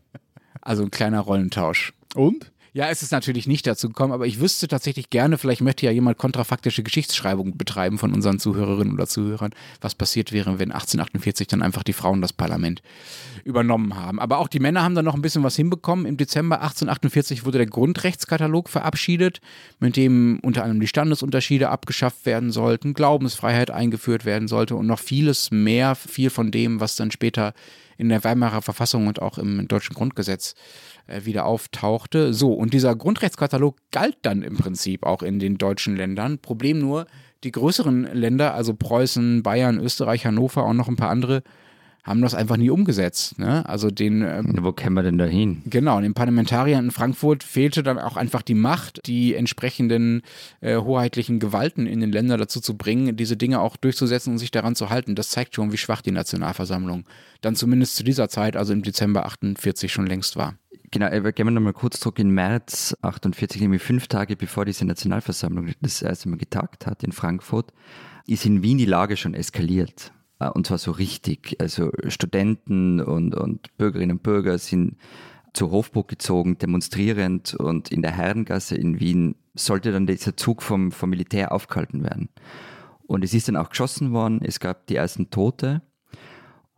Also ein kleiner Rollentausch. Und? Ja, es ist natürlich nicht dazu gekommen, aber ich wüsste tatsächlich gerne, vielleicht möchte ja jemand kontrafaktische Geschichtsschreibung betreiben von unseren Zuhörerinnen oder Zuhörern, was passiert wäre, wenn 1848 dann einfach die Frauen das Parlament übernommen haben. Aber auch die Männer haben dann noch ein bisschen was hinbekommen. Im Dezember 1848 wurde der Grundrechtskatalog verabschiedet, mit dem unter anderem die Standesunterschiede abgeschafft werden sollten, Glaubensfreiheit eingeführt werden sollte und noch vieles mehr, viel von dem, was dann später in der Weimarer Verfassung und auch im deutschen Grundgesetz wieder auftauchte. So, und dieser Grundrechtskatalog galt dann im Prinzip auch in den deutschen Ländern. Problem nur, die größeren Länder, also Preußen, Bayern, Österreich, Hannover und noch ein paar andere, haben das einfach nie umgesetzt. Ne? Also wo kämen wir denn da hin? Genau, den Parlamentariern in Frankfurt fehlte dann auch einfach die Macht, die entsprechenden hoheitlichen Gewalten in den Ländern dazu zu bringen, diese Dinge auch durchzusetzen und sich daran zu halten. Das zeigt schon, wie schwach die Nationalversammlung dann zumindest zu dieser Zeit, also im Dezember 48, schon längst war. Genau, gehen wir nochmal kurz zurück in März 48, nämlich 5 Tage bevor diese Nationalversammlung das erste Mal getagt hat in Frankfurt, ist in Wien die Lage schon eskaliert. Und zwar so richtig. Also Studenten und Bürgerinnen und Bürger sind zur Hofburg gezogen, demonstrierend, und in der Herrengasse in Wien sollte dann dieser Zug vom Militär aufgehalten werden. Und es ist dann auch geschossen worden, es gab die ersten Tote.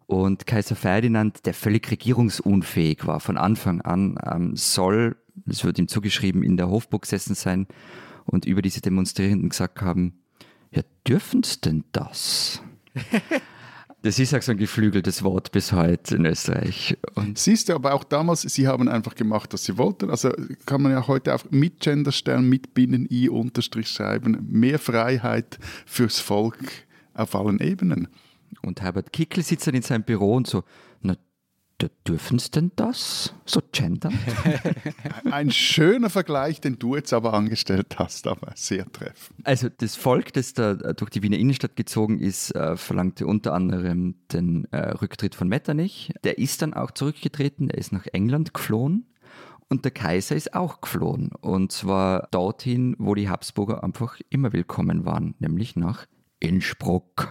Und Kaiser Ferdinand, der völlig regierungsunfähig war von Anfang an, soll, es wird ihm zugeschrieben, in der Hofburg gesessen sein und über diese Demonstrierenden gesagt haben, ja, dürfen's denn das? Das ist auch so ein geflügeltes Wort bis heute in Österreich. Und siehst du, aber auch damals, sie haben einfach gemacht, was sie wollten. Also kann man ja heute auch mit Gender stellen, mit Binnen-I unterstrich schreiben. Mehr Freiheit fürs Volk auf allen Ebenen. Und Herbert Kickl sitzt dann in seinem Büro und so, na, da dürfen's denn das? So gendern? Ein schöner Vergleich, den du jetzt aber angestellt hast, aber sehr treffend. Also das Volk, das da durch die Wiener Innenstadt gezogen ist, verlangte unter anderem den Rücktritt von Metternich. Der ist dann auch zurückgetreten, er ist nach England geflohen und der Kaiser ist auch geflohen. Und zwar dorthin, wo die Habsburger einfach immer willkommen waren, nämlich nach Innsbruck.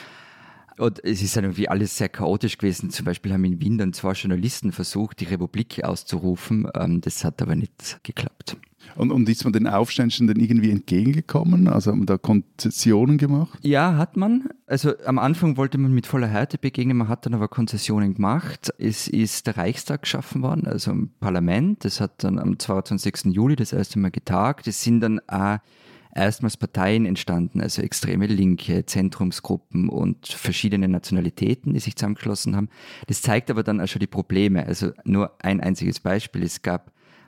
Und es ist dann irgendwie alles sehr chaotisch gewesen. Zum Beispiel haben in Wien dann 2 Journalisten versucht, die Republik auszurufen. Das hat aber nicht geklappt. Und ist man den Aufständischen irgendwie entgegengekommen? Also haben da Konzessionen gemacht? Ja, hat man. Also am Anfang wollte man mit voller Härte begegnen, man hat dann aber Konzessionen gemacht. Es ist der Reichstag geschaffen worden, also ein Parlament. Das hat dann am 22. Juli das erste Mal getagt. Es sind dann auch erstmals Parteien entstanden, also extreme Linke, Zentrumsgruppen und verschiedene Nationalitäten, die sich zusammengeschlossen haben. Das zeigt aber dann auch schon die Probleme. Also nur ein einziges Beispiel. Es gab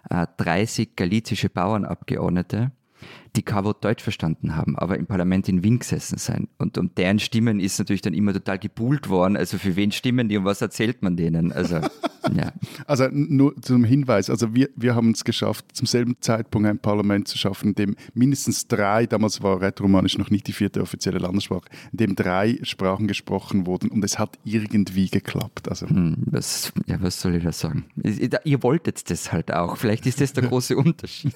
30 galizische Bauernabgeordnete, die kein Wort Deutsch verstanden haben, aber im Parlament in Wien gesessen sein. Und um deren Stimmen ist natürlich dann immer total gebuhlt worden. Also für wen stimmen die und was erzählt man denen? Also, ja. Also nur zum Hinweis, also wir haben es geschafft, zum selben Zeitpunkt ein Parlament zu schaffen, in dem mindestens 3, damals war Rätoromanisch noch nicht die 4. offizielle Landessprache, in dem 3 Sprachen gesprochen wurden und es hat irgendwie geklappt. Also. Was soll ich da sagen? Ihr wolltet das halt auch. Vielleicht ist das der große Unterschied.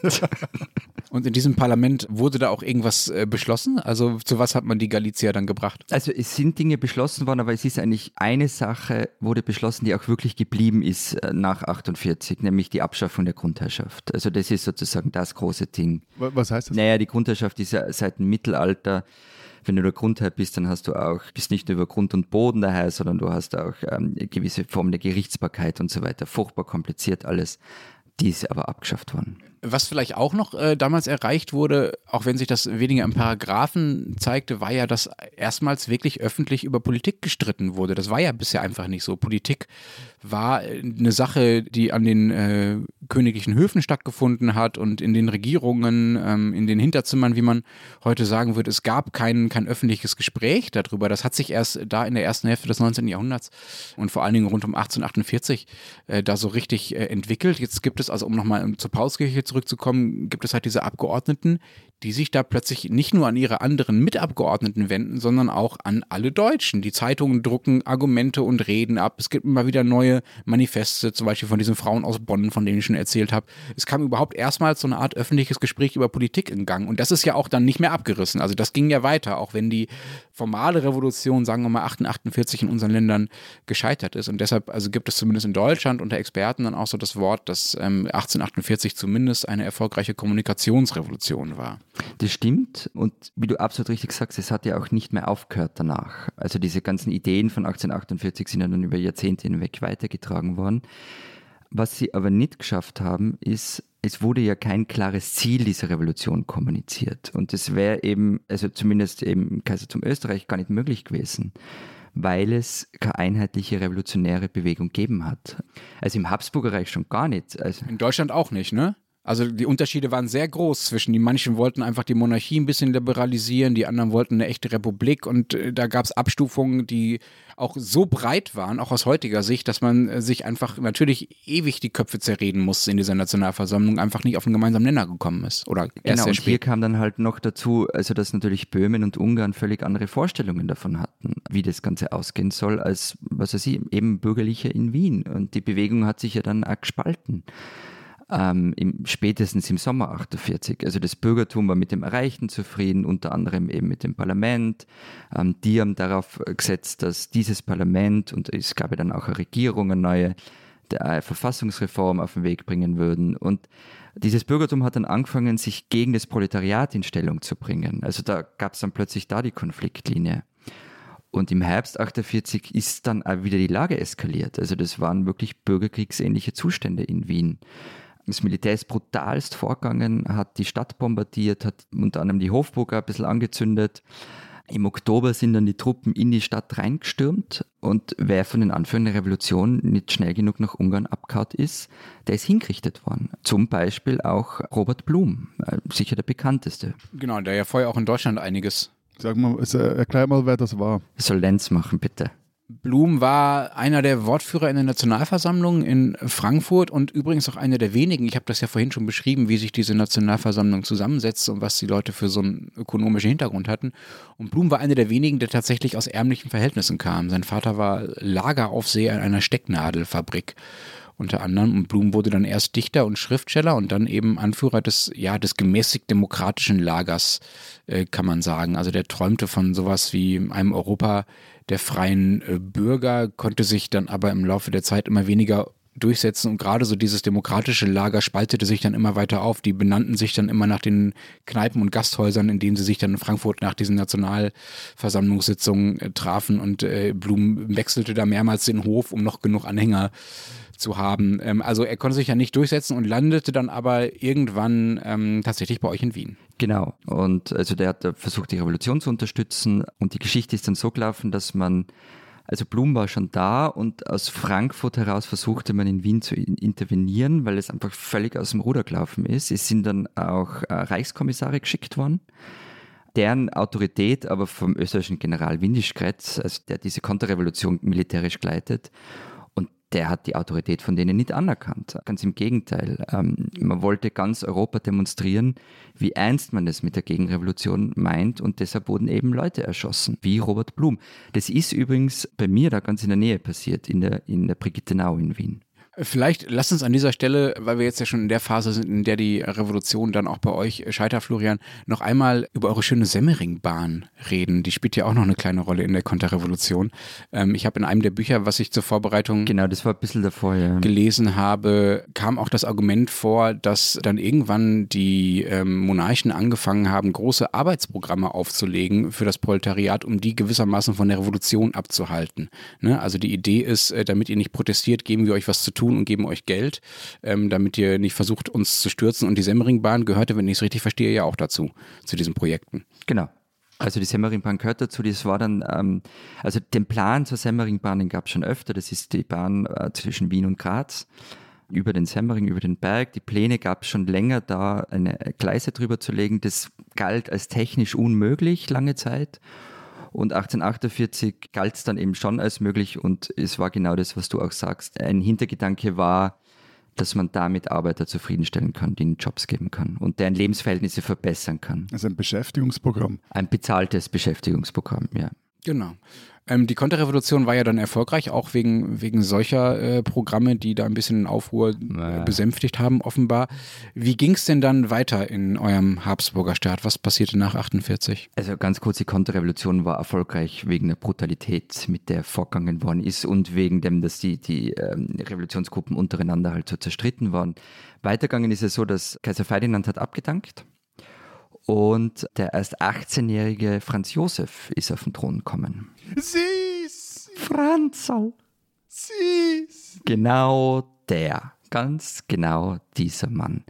Und in diesem Parlament wurde da auch irgendwas beschlossen? Also zu was hat man die Galizier dann gebracht? Also es sind Dinge beschlossen worden, aber es ist eigentlich eine Sache wurde beschlossen, die auch wirklich geblieben ist nach 48, nämlich die Abschaffung der Grundherrschaft. Also das ist sozusagen das große Ding. Was heißt das? Naja, die Grundherrschaft ist ja seit dem Mittelalter. Wenn du der Grundherr bist, dann bist nicht nur über Grund und Boden daher, sondern du hast auch eine gewisse Form der Gerichtsbarkeit und so weiter. Furchtbar kompliziert alles. Die ist aber abgeschafft worden. Was vielleicht auch noch damals erreicht wurde, auch wenn sich das weniger im Paragraphen zeigte, war ja, dass erstmals wirklich öffentlich über Politik gestritten wurde. Das war ja bisher einfach nicht so. Politik war eine Sache, die an den königlichen Höfen stattgefunden hat und in den Regierungen, in den Hinterzimmern, wie man heute sagen würde. Es gab kein öffentliches Gespräch darüber. Das hat sich erst da in der ersten Hälfte des 19. Jahrhunderts und vor allen Dingen rund um 1848 da so richtig entwickelt. Jetzt gibt es also, um nochmal zur Paulskirche zurückzukommen, gibt es halt diese Abgeordneten, die sich da plötzlich nicht nur an ihre anderen Mitabgeordneten wenden, sondern auch an alle Deutschen. Die Zeitungen drucken Argumente und Reden ab. Es gibt immer wieder neue Manifeste, zum Beispiel von diesen Frauen aus Bonn, von denen ich schon erzählt habe. Es kam überhaupt erstmals so eine Art öffentliches Gespräch über Politik in Gang. Und das ist ja auch dann nicht mehr abgerissen. Also das ging ja weiter, auch wenn die formale Revolution, sagen wir mal 1848 in unseren Ländern gescheitert ist. Und deshalb also gibt es zumindest in Deutschland unter Experten dann auch so das Wort, dass 1848 zumindest eine erfolgreiche Kommunikationsrevolution war. Das stimmt und wie du absolut richtig sagst, es hat ja auch nicht mehr aufgehört danach. Also diese ganzen Ideen von 1848 sind ja dann über Jahrzehnte hinweg weitergetragen worden. Was sie aber nicht geschafft haben, ist, es wurde ja kein klares Ziel dieser Revolution kommuniziert. Und das wäre eben, also zumindest eben im Kaisertum Österreich gar nicht möglich gewesen, weil es keine einheitliche revolutionäre Bewegung gegeben hat. Also im Habsburgerreich schon gar nicht. Also in Deutschland auch nicht, ne? Also die Unterschiede waren sehr groß zwischen, die manchen wollten einfach die Monarchie ein bisschen liberalisieren, die anderen wollten eine echte Republik und da gab es Abstufungen, die auch so breit waren, auch aus heutiger Sicht, dass man sich einfach natürlich ewig die Köpfe zerreden musste in dieser Nationalversammlung, einfach nicht auf einen gemeinsamen Nenner gekommen ist. Oder erst genau, sehr und spät. hier kam dann halt noch dazu, also dass natürlich Böhmen und Ungarn völlig andere Vorstellungen davon hatten, wie das Ganze ausgehen soll, als, was weiß ich, eben Bürgerliche in Wien. Und die Bewegung hat sich ja dann auch gespalten. Spätestens im Sommer 48. Also das Bürgertum war mit dem Erreichten zufrieden, unter anderem eben mit dem Parlament. Die haben darauf gesetzt, dass dieses Parlament, und es gab ja dann auch eine Regierung, eine neue Verfassungsreform auf den Weg bringen würden. Und dieses Bürgertum hat dann angefangen, sich gegen das Proletariat in Stellung zu bringen. Also da gab es dann plötzlich da die Konfliktlinie. Und im Herbst 1948 ist dann auch wieder die Lage eskaliert. Also das waren wirklich bürgerkriegsähnliche Zustände in Wien. Das Militär ist brutalst vorgegangen, hat die Stadt bombardiert, hat unter anderem die Hofburg ein bisschen angezündet. Im Oktober sind dann die Truppen in die Stadt reingestürmt und wer von den Anführern der Revolution nicht schnell genug nach Ungarn abgehauen ist, der ist hingerichtet worden. Zum Beispiel auch Robert Blum, sicher der bekannteste. Genau, der ja vorher auch in Deutschland einiges. Sag mal, erklär mal, wer das war. Soll Lenz machen, bitte. Blum war einer der Wortführer in der Nationalversammlung in Frankfurt und übrigens auch einer der wenigen, ich habe das ja vorhin schon beschrieben, wie sich diese Nationalversammlung zusammensetzt und was die Leute für so einen ökonomischen Hintergrund hatten. Und Blum war einer der wenigen, der tatsächlich aus ärmlichen Verhältnissen kam. Sein Vater war Lageraufseher in einer Stecknadelfabrik unter anderem. Und Blum wurde dann erst Dichter und Schriftsteller und dann eben Anführer des gemäßigt-demokratischen Lagers, kann man sagen. Also der träumte von sowas wie einem Europa der freien Bürger, konnte sich dann aber im Laufe der Zeit immer weniger durchsetzen und gerade so dieses demokratische Lager spaltete sich dann immer weiter auf. Die benannten sich dann immer nach den Kneipen und Gasthäusern, in denen sie sich dann in Frankfurt nach diesen Nationalversammlungssitzungen trafen und Blum wechselte da mehrmals den Hof, um noch genug Anhänger zu haben. Also er konnte sich ja nicht durchsetzen und landete dann aber irgendwann tatsächlich bei euch in Wien. Genau. Und also der hat versucht, die Revolution zu unterstützen und die Geschichte ist dann so gelaufen, dass also Blum war schon da und aus Frankfurt heraus versuchte man in Wien zu intervenieren, weil es einfach völlig aus dem Ruder gelaufen ist. Es sind dann auch Reichskommissare geschickt worden, deren Autorität aber vom österreichischen General Windischgrätz, also der diese Konterrevolution militärisch geleitet, der hat die Autorität von denen nicht anerkannt. Ganz im Gegenteil. Man wollte ganz Europa demonstrieren, wie ernst man es mit der Gegenrevolution meint und deshalb wurden eben Leute erschossen, wie Robert Blum. Das ist übrigens bei mir da ganz in der Nähe passiert, in der Brigittenau in Wien. Vielleicht lasst uns an dieser Stelle, weil wir jetzt ja schon in der Phase sind, in der die Revolution dann auch bei euch scheitert, Florian, noch einmal über eure schöne Semmeringbahn reden. Die spielt ja auch noch eine kleine Rolle in der Konterrevolution. Ich habe in einem der Bücher, was ich zur Vorbereitung genau, das war ein bisschen davor, ja, gelesen habe, kam auch das Argument vor, dass dann irgendwann die Monarchen angefangen haben, große Arbeitsprogramme aufzulegen für das Proletariat, um die gewissermaßen von der Revolution abzuhalten. Ne? Also die Idee ist, damit ihr nicht protestiert, geben wir euch was zu tun und geben euch Geld, damit ihr nicht versucht, uns zu stürzen. Und die Semmeringbahn gehörte, wenn ich es richtig verstehe, ja auch dazu, zu diesen Projekten. Genau. Also die Semmeringbahn gehört dazu. Das war dann, also den Plan zur Semmeringbahn, den gab es schon öfter. Das ist die Bahn zwischen Wien und Graz, über den Semmering, über den Berg. Die Pläne gab es schon länger, da eine Gleise drüber zu legen. Das galt als technisch unmöglich lange Zeit. Und 1848 galt es dann eben schon als möglich und es war genau das, was du auch sagst. Ein Hintergedanke war, dass man damit Arbeiter zufriedenstellen kann, denen Jobs geben kann und deren Lebensverhältnisse verbessern kann. Also ein Beschäftigungsprogramm. Ein bezahltes Beschäftigungsprogramm, ja. Genau. Die Konterrevolution war ja dann erfolgreich, auch wegen solcher Programme, die da ein bisschen Aufruhr besänftigt haben, offenbar. Wie ging es denn dann weiter in eurem Habsburger Staat? Was passierte nach 48? Also ganz kurz, die Konterrevolution war erfolgreich wegen der Brutalität, mit der vorgegangen worden ist und wegen dem, dass die Revolutionsgruppen untereinander halt so zerstritten waren. Weitergegangen ist es so, dass Kaiser Ferdinand hat abgedankt. Und der erst 18-jährige Franz Josef ist auf den Thron gekommen. Süß! Franzl! Süß! Genau ganz genau dieser Mann.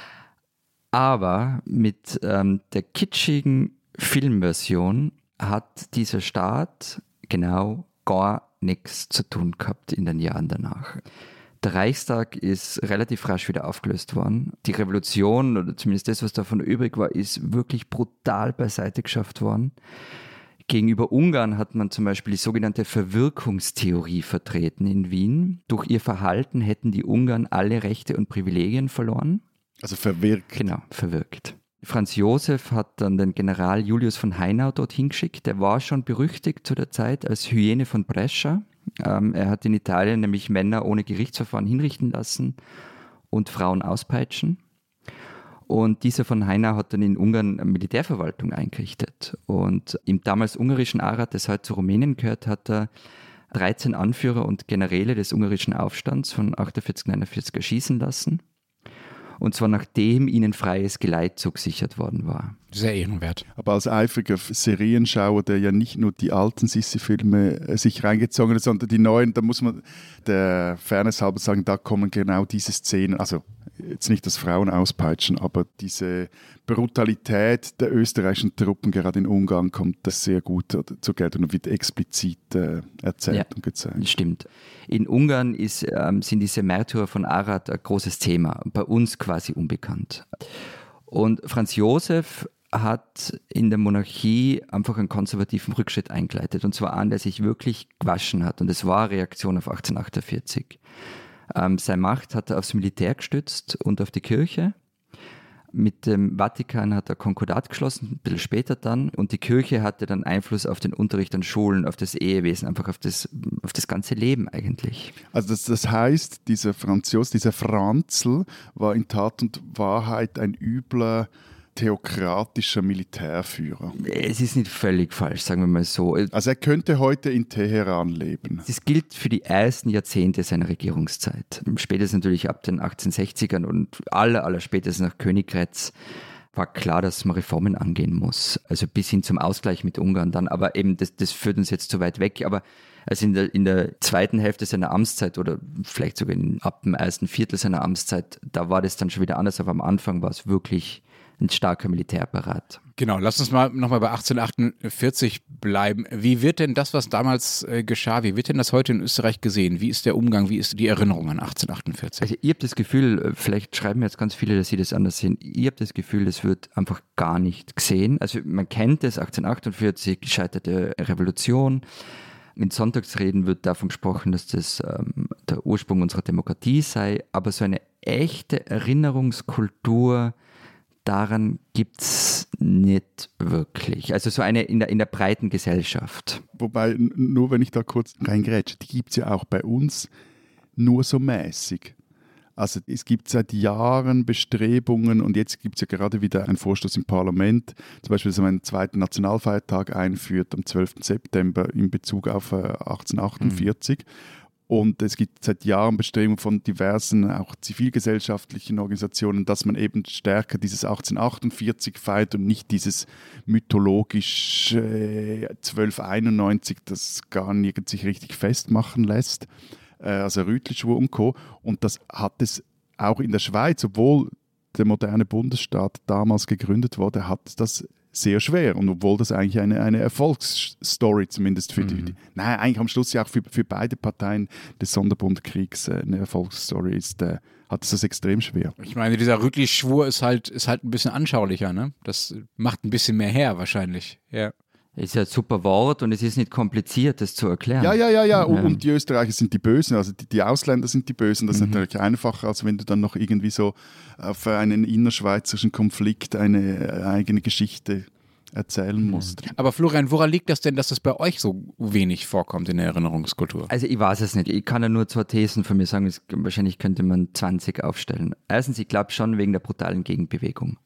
Aber mit der kitschigen Filmversion hat dieser Staat genau gar nichts zu tun gehabt in den Jahren danach. Der Reichstag ist relativ rasch wieder aufgelöst worden. Die Revolution, oder zumindest das, was davon übrig war, ist wirklich brutal beiseite geschafft worden. Gegenüber Ungarn hat man zum Beispiel die sogenannte Verwirkungstheorie vertreten in Wien. Durch ihr Verhalten hätten die Ungarn alle Rechte und Privilegien verloren. Also verwirkt. Genau, verwirkt. Franz Josef hat dann den General Julius von Haynau dorthin geschickt. Der war schon berüchtigt zu der Zeit als Hyäne von Brescia. Er hat in Italien nämlich Männer ohne Gerichtsverfahren hinrichten lassen und Frauen auspeitschen. Und dieser von Haynau hat dann in Ungarn eine Militärverwaltung eingerichtet. Und im damals ungarischen Arad, das heute zu Rumänien gehört, hat er 13 Anführer und Generäle des ungarischen Aufstands von 48-49 erschießen lassen. Und zwar nachdem ihnen freies Geleit zugesichert worden war. Sehr ehrenwert. Aber als eifriger Serienschauer, der ja nicht nur die alten Sissi-Filme sich reingezogen hat, sondern die neuen, da muss man der Fairness halber sagen, da kommen genau diese Szenen, also jetzt nicht das Frauen auspeitschen, aber diese Brutalität der österreichischen Truppen, gerade in Ungarn, kommt das sehr gut zur Geltung und wird explizit erzählt und gezeigt. Stimmt. In Ungarn sind diese Märtyrer von Arad ein großes Thema, bei uns quasi unbekannt. Und Franz Josef hat in der Monarchie einfach einen konservativen Rückschritt eingeleitet, und zwar einen, der sich wirklich gewaschen hat, und es war eine Reaktion auf 1848. Seine Macht hat er aufs Militär gestützt und auf die Kirche. Mit dem Vatikan hat er Konkordat geschlossen, ein bisschen später dann, und die Kirche hatte dann Einfluss auf den Unterricht an Schulen, auf das Ehewesen, einfach auf das ganze Leben eigentlich. Also das heißt, dieser Franz Josef, dieser Franzl war in Tat und Wahrheit ein übler theokratischer Militärführer. Es ist nicht völlig falsch, sagen wir mal so. Also er könnte heute in Teheran leben. Das gilt für die ersten Jahrzehnte seiner Regierungszeit. Spätestens natürlich ab den 1860ern und aller spätestens nach Königgrätz war klar, dass man Reformen angehen muss. Also bis hin zum Ausgleich mit Ungarn dann. Aber eben, das führt uns jetzt zu weit weg. Aber also in der zweiten Hälfte seiner Amtszeit oder vielleicht sogar ab dem ersten Viertel seiner Amtszeit, da war das dann schon wieder anders. Aber am Anfang war es wirklich ein starker Militärapparat. Genau, lass uns mal nochmal bei 1848 bleiben. Wie wird denn das, was damals geschah, wie wird denn das heute in Österreich gesehen? Wie ist der Umgang, wie ist die Erinnerung an 1848? Also ich habe das Gefühl, vielleicht schreiben jetzt ganz viele, dass sie das anders sehen, ich habe das Gefühl, das wird einfach gar nicht gesehen. Also man kennt es, 1848, gescheiterte Revolution. In Sonntagsreden wird davon gesprochen, dass das der Ursprung unserer Demokratie sei, aber so eine echte Erinnerungskultur daran gibt es nicht wirklich. Also so eine in der breiten Gesellschaft. Wobei, nur wenn ich da kurz reingrätsche, die gibt es ja auch bei uns nur so mäßig. Also es gibt seit Jahren Bestrebungen und jetzt gibt es ja gerade wieder einen Vorstoß im Parlament, zum Beispiel, dass man einen zweiten Nationalfeiertag einführt am 12. September in Bezug auf 1848. Und es gibt seit Jahren Bestrebungen von diversen, auch zivilgesellschaftlichen Organisationen, dass man eben stärker dieses 1848 feiert und nicht dieses mythologisch 1291, das gar nirgends sich richtig festmachen lässt, also Rütlischwur und Co. Und das hat es auch in der Schweiz, obwohl der moderne Bundesstaat damals gegründet wurde, hat das sehr schwer. Und obwohl das eigentlich eine Erfolgsstory zumindest für die, nein, eigentlich am Schluss ja auch für beide Parteien des Sonderbundkriegs eine Erfolgsstory ist, hat es das extrem schwer. Ich meine, dieser Rütli-Schwur ist halt ein bisschen anschaulicher, ne? Das macht ein bisschen mehr her wahrscheinlich, ja. Es ist ja ein super Wort und es ist nicht kompliziert, das zu erklären. Ja. Und die Österreicher sind die Bösen, also die Ausländer sind die Bösen. Das ist natürlich einfacher, als wenn du dann noch irgendwie so auf einen innerschweizerischen Konflikt eine eigene Geschichte erzählen musst. Aber Florian, woran liegt das denn, dass das bei euch so wenig vorkommt in der Erinnerungskultur? Also ich weiß es nicht. Ich kann ja nur 2 Thesen von mir sagen. Wahrscheinlich könnte man 20 aufstellen. Erstens, ich glaube schon wegen der brutalen Gegenbewegung.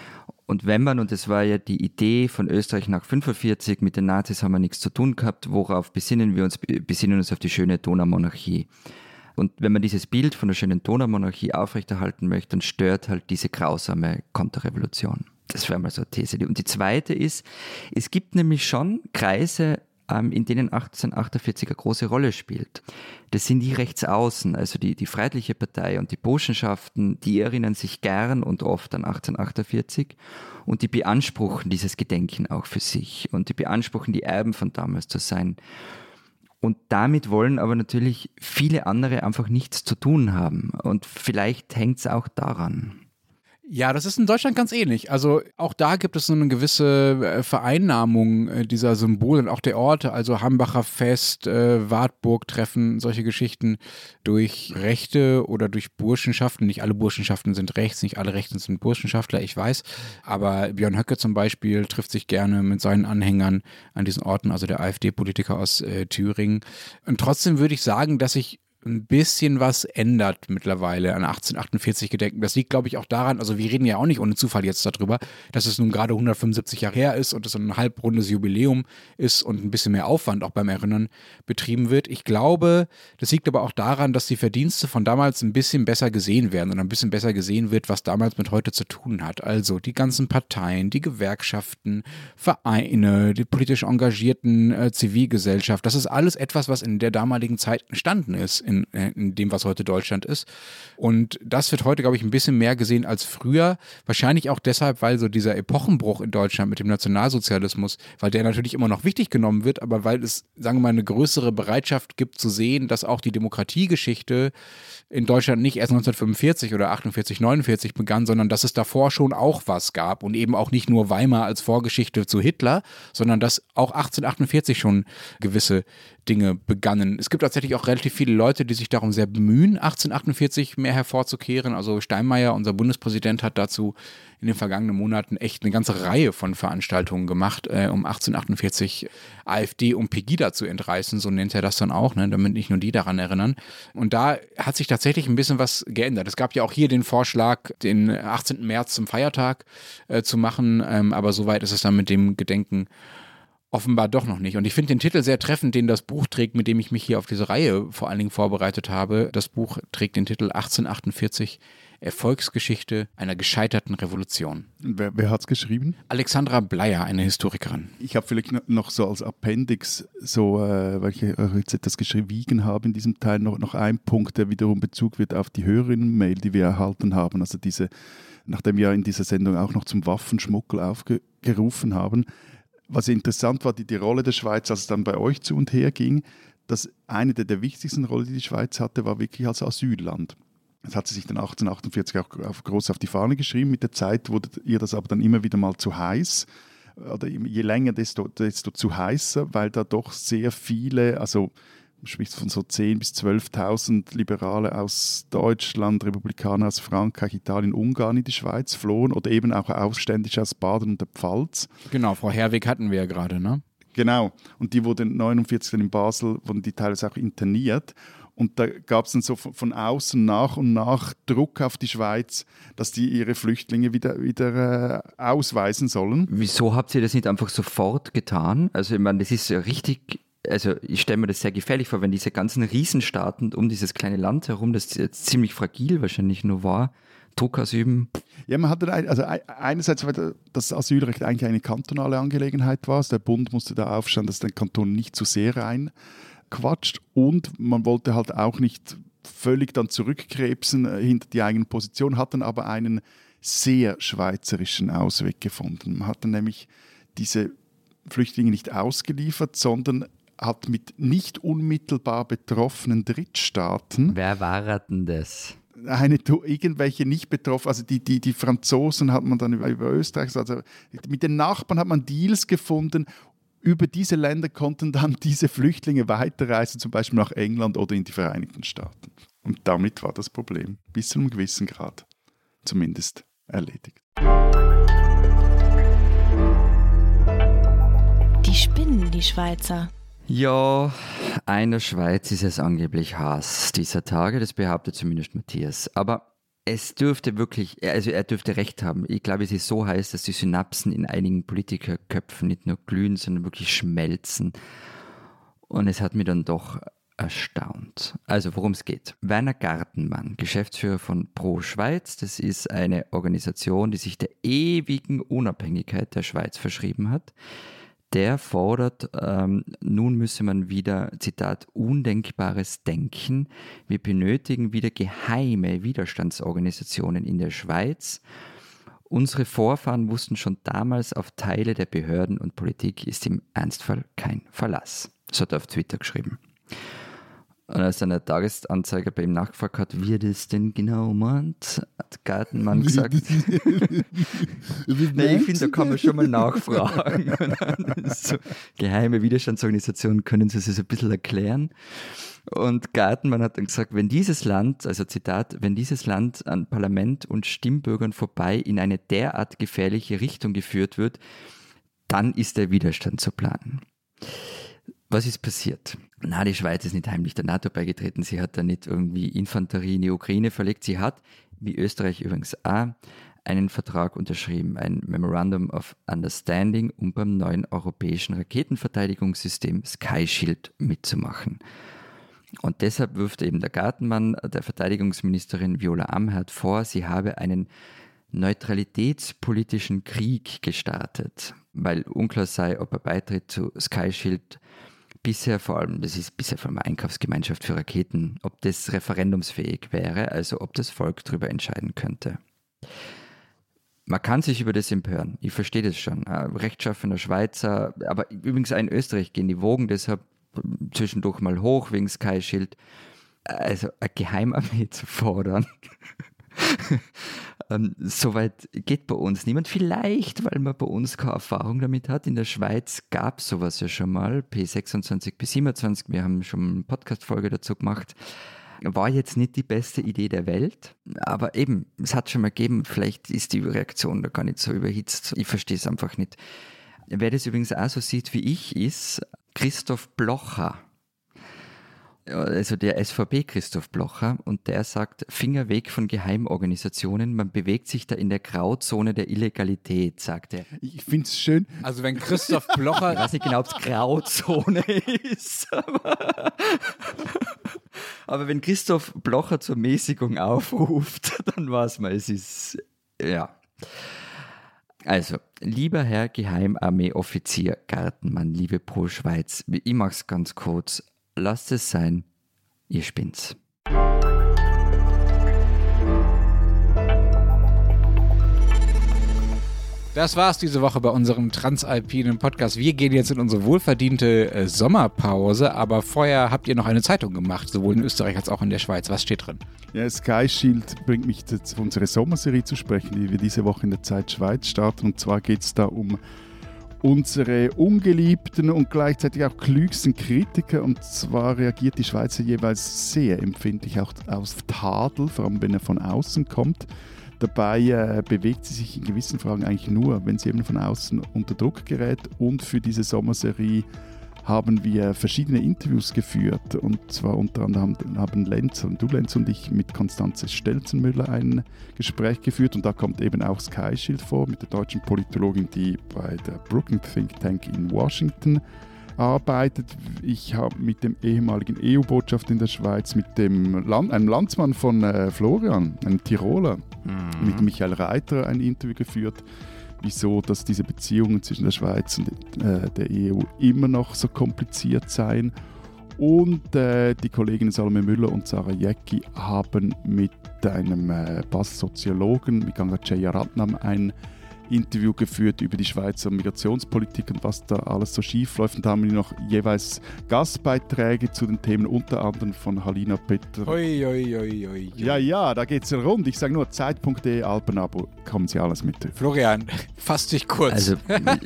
Und wenn man, und das war ja die Idee von Österreich nach 1945, mit den Nazis haben wir nichts zu tun gehabt, worauf besinnen wir uns? Besinnen uns auf die schöne Donaumonarchie. Und wenn man dieses Bild von der schönen Donaumonarchie aufrechterhalten möchte, dann stört halt diese grausame Konterrevolution. Das wäre mal so eine These. Und die zweite ist, es gibt nämlich schon Kreise, in denen 1848 eine große Rolle spielt. Das sind die Rechtsaußen, also die Freiheitliche Partei und die Burschenschaften, die erinnern sich gern und oft an 1848 und die beanspruchen dieses Gedenken auch für sich und die beanspruchen, die Erben von damals zu sein. Und damit wollen aber natürlich viele andere einfach nichts zu tun haben. Und vielleicht hängt es auch daran. Ja, das ist in Deutschland ganz ähnlich. Also auch da gibt es so eine gewisse Vereinnahmung dieser Symbole und auch der Orte, also Hambacher Fest, Wartburg-Treffen, solche Geschichten durch Rechte oder durch Burschenschaften. Nicht alle Burschenschaften sind rechts, nicht alle Rechten sind Burschenschaftler, ich weiß. Aber Björn Höcke zum Beispiel trifft sich gerne mit seinen Anhängern an diesen Orten, also der AfD-Politiker aus Thüringen. Und trotzdem würde ich sagen, dass ich ein bisschen was ändert mittlerweile an 1848 Gedenken. Das liegt, glaube ich, auch daran, also wir reden ja auch nicht ohne Zufall jetzt darüber, dass es nun gerade 175 Jahre her ist und es so ein halbrundes Jubiläum ist und ein bisschen mehr Aufwand auch beim Erinnern betrieben wird. Ich glaube, das liegt aber auch daran, dass die Verdienste von damals ein bisschen besser gesehen werden und ein bisschen besser gesehen wird, was damals mit heute zu tun hat. Also die ganzen Parteien, die Gewerkschaften, Vereine, die politisch engagierten Zivilgesellschaft, das ist alles etwas, was in der damaligen Zeit entstanden ist, in dem, was heute Deutschland ist. Und das wird heute, glaube ich, ein bisschen mehr gesehen als früher. Wahrscheinlich auch deshalb, weil so dieser Epochenbruch in Deutschland mit dem Nationalsozialismus, weil der natürlich immer noch wichtig genommen wird, aber weil es, sagen wir mal, eine größere Bereitschaft gibt zu sehen, dass auch die Demokratiegeschichte in Deutschland nicht erst 1945 oder 48, 49 begann, sondern dass es davor schon auch was gab und eben auch nicht nur Weimar als Vorgeschichte zu Hitler, sondern dass auch 1848 schon gewisse Dinge begannen. Es gibt tatsächlich auch relativ viele Leute, die sich darum sehr bemühen, 1848 mehr hervorzukehren. Also Steinmeier, unser Bundespräsident, hat dazu in den vergangenen Monaten echt eine ganze Reihe von Veranstaltungen gemacht, um 1848 AfD und Pegida zu entreißen, so nennt er das dann auch, ne, damit nicht nur die daran erinnern. Und da hat sich tatsächlich ein bisschen was geändert. Es gab ja auch hier den Vorschlag, den 18. März zum Feiertag zu machen, aber soweit ist es dann mit dem Gedenken offenbar doch noch nicht. Und ich finde den Titel sehr treffend, den das Buch trägt, mit dem ich mich hier auf diese Reihe vor allen Dingen vorbereitet habe. Das Buch trägt den Titel 1848, Erfolgsgeschichte einer gescheiterten Revolution. Wer hat es geschrieben? Alexandra Bleier, eine Historikerin. Ich habe vielleicht noch so als Appendix, weil ich jetzt etwas geschwiegen habe in diesem Teil, noch einen Punkt, der wiederum Bezug wird auf die Hörerinnen-Mail, die wir erhalten haben. Also nachdem wir in dieser Sendung auch noch zum Waffenschmuggel aufgerufen haben. Was interessant war, die Rolle der Schweiz, als es dann bei euch zu und her ging, dass eine der wichtigsten Rollen, die die Schweiz hatte, war wirklich als Asylland. Das hat sie sich dann 1848 auch groß auf die Fahne geschrieben. Mit der Zeit wurde ihr das aber dann immer wieder mal zu heiß. Oder je länger, desto zu heißer, weil da doch sehr viele, also man spricht von so 10.000 bis 12.000 Liberale aus Deutschland, Republikaner aus Frankreich, Italien, Ungarn in die Schweiz flohen oder eben auch Aufständische aus Baden und der Pfalz. Genau, Frau Herwig hatten wir ja gerade, ne? Genau, und die wurden 1949 dann in Basel, wurden die teilweise auch interniert. Und da gab es dann so von außen nach und nach Druck auf die Schweiz, dass die ihre Flüchtlinge wieder ausweisen sollen. Wieso habt ihr das nicht einfach sofort getan? Also ich meine, das ist ja richtig, also ich stelle mir das sehr gefährlich vor, wenn diese ganzen Riesenstaaten um dieses kleine Land herum, das jetzt ziemlich fragil wahrscheinlich nur war, Druck ausüben. Ja, man hatte einerseits, weil das Asylrecht eigentlich eine kantonale Angelegenheit war, also der Bund musste da aufschauen, dass der Kanton nicht zu sehr reinquatscht und man wollte halt auch nicht völlig dann zurückkrebsen hinter die eigene Position, hat dann aber einen sehr schweizerischen Ausweg gefunden. Man hat dann nämlich diese Flüchtlinge nicht ausgeliefert, sondern hat mit nicht unmittelbar betroffenen Drittstaaten. Wer war denn das? Irgendwelche nicht betroffen, also die Franzosen hat man dann über Österreich, also mit den Nachbarn hat man Deals gefunden. Über diese Länder konnten dann diese Flüchtlinge weiterreisen, zum Beispiel nach England oder in die Vereinigten Staaten. Und damit war das Problem bis zu einem gewissen Grad zumindest erledigt. Die spinnen, die Schweizer. Ja, einer Schweiz ist es angeblich Hass dieser Tage, das behauptet zumindest Matthias. Aber es dürfte wirklich, also er dürfte recht haben. Ich glaube, es ist so heiß, dass die Synapsen in einigen Politikerköpfen nicht nur glühen, sondern wirklich schmelzen. Und es hat mich dann doch erstaunt. Also worum es geht. Werner Gartenmann, Geschäftsführer von Pro Schweiz, das ist eine Organisation, die sich der ewigen Unabhängigkeit der Schweiz verschrieben hat. Der fordert, nun müsse man wieder, Zitat, Undenkbares denken. Wir benötigen wieder geheime Widerstandsorganisationen in der Schweiz. Unsere Vorfahren wussten schon damals, auf Teile der Behörden und Politik ist im Ernstfall kein Verlass. Das hat er auf Twitter geschrieben. Und als dann der Tagesanzeiger bei ihm nachgefragt hat, wie das denn genau meint, hat Gartenmann gesagt, nee, ich finde, da kann man schon mal nachfragen. So, geheime Widerstandsorganisationen, können Sie es ein bisschen erklären? Und Gartenmann hat dann gesagt, wenn dieses Land, also Zitat, wenn dieses Land an Parlament und Stimmbürgern vorbei in eine derart gefährliche Richtung geführt wird, dann ist der Widerstand zu planen. Was ist passiert? Na, die Schweiz ist nicht heimlich der NATO beigetreten. Sie hat da nicht irgendwie Infanterie in die Ukraine verlegt. Sie hat, wie Österreich übrigens auch, einen Vertrag unterschrieben, ein Memorandum of Understanding, um beim neuen europäischen Raketenverteidigungssystem Sky Shield mitzumachen. Und deshalb wirft eben der Gartenmann der Verteidigungsministerin Viola Amherd vor, sie habe einen neutralitätspolitischen Krieg gestartet, weil unklar sei, ob ein Beitritt zu Sky Shield bisher vor allem eine Einkaufsgemeinschaft für Raketen, ob das referendumsfähig wäre, also ob das Volk darüber entscheiden könnte. Man kann sich über das empören, ich verstehe das schon. Ein rechtschaffener Schweizer, aber übrigens auch in Österreich gehen die Wogen deshalb zwischendurch mal hoch wegen Sky Shield. Also eine Geheimarmee zu fordern, soweit geht bei uns niemand. Vielleicht, weil man bei uns keine Erfahrung damit hat. In der Schweiz gab es sowas ja schon mal, P26, P27, wir haben schon eine Podcast-Folge dazu gemacht. War jetzt nicht die beste Idee der Welt, aber eben, es hat schon mal gegeben, vielleicht ist die Reaktion da gar nicht so überhitzt. Ich verstehe es einfach nicht. Wer das übrigens auch so sieht wie ich, ist Christoph Blocher. Also der SVP Christoph Blocher, und der sagt, Finger weg von Geheimorganisationen, man bewegt sich da in der Grauzone der Illegalität, sagt er. Ich finde es schön. Also wenn Christoph Blocher... Ich weiß nicht genau, ob es Grauzone ist, aber wenn Christoph Blocher zur Mäßigung aufruft, dann weiß man, es ist, ja. Also, lieber Herr Geheimarmee-Offizier Gartenmann, liebe Pro-Schweiz, ich mach's ganz kurz, lasst es sein, ihr spinnt's. Das war's diese Woche bei unserem Transalpinen Podcast. Wir gehen jetzt in unsere wohlverdiente Sommerpause, aber vorher habt ihr noch eine Zeitung gemacht, sowohl in Österreich als auch in der Schweiz. Was steht drin? Ja, Sky Shield bringt mich auf unsere Sommerserie zu sprechen, die wir diese Woche in der Zeit Schweiz starten. Und zwar geht es da um unsere ungeliebten und gleichzeitig auch klügsten Kritiker. Und zwar reagiert die Schweiz jeweils sehr empfindlich auch auf Tadel, vor allem wenn er von außen kommt. Dabei bewegt sie sich in gewissen Fragen eigentlich nur, wenn sie eben von außen unter Druck gerät. Und für diese Sommerserie haben wir verschiedene Interviews geführt. Und zwar unter anderem haben Lenz und ich mit Constanze Stelzenmüller ein Gespräch geführt. Und da kommt eben auch Sky Shield vor mit der deutschen Politologin, die bei der Brookings Think Tank in Washington arbeitet. Ich habe mit dem ehemaligen EU-Botschafter in der Schweiz, mit einem Landsmann von Florian, einem Tiroler, mit Michael Reiter ein Interview geführt, wieso dass diese Beziehungen zwischen der Schweiz und der EU immer noch so kompliziert seien. Und die Kolleginnen Salome Müller und Sarah Jäcki haben mit einem Bass-Soziologen, mit Ganga Jeyaratnam, ein Interview geführt über die Schweizer Migrationspolitik und was da alles so schief läuft. Und da haben wir noch jeweils Gastbeiträge zu den Themen, unter anderem von Halina Petter. Ja, da geht's ja rund. Ich sage nur Zeit.de, Alpenabo, kommen Sie alles mit. Florian, fass dich kurz.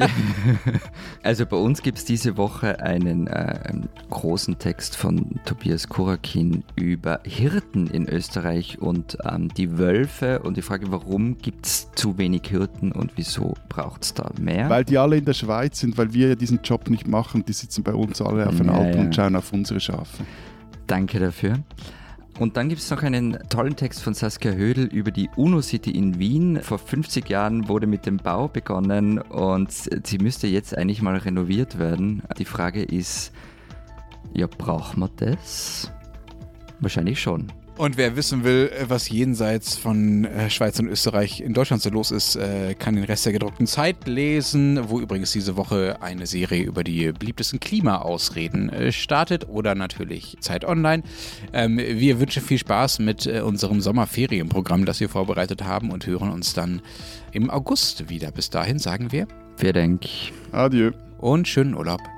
Also bei uns gibt es diese Woche einen großen Text von Tobias Kurakin über Hirten in Österreich und die Wölfe und die Frage, warum gibt es zu wenig Hirten und wieso braucht es da mehr? Weil die alle in der Schweiz sind, weil wir ja diesen Job nicht machen. Die sitzen bei uns alle auf den Alpen und schauen auf unsere Schafe. Danke dafür. Und dann gibt es noch einen tollen Text von Saskia Hödel über die UNO-City in Wien. Vor 50 Jahren wurde mit dem Bau begonnen und sie müsste jetzt eigentlich mal renoviert werden. Die Frage ist, ja, braucht man das? Wahrscheinlich schon. Und wer wissen will, was jenseits von Schweiz und Österreich in Deutschland so los ist, kann den Rest der gedruckten Zeit lesen, wo übrigens diese Woche eine Serie über die beliebtesten Klimaausreden startet oder natürlich Zeit Online. Wir wünschen viel Spaß mit unserem Sommerferienprogramm, das wir vorbereitet haben und hören uns dann im August wieder. Bis dahin sagen wir Vielen Dank. Adieu. Und schönen Urlaub.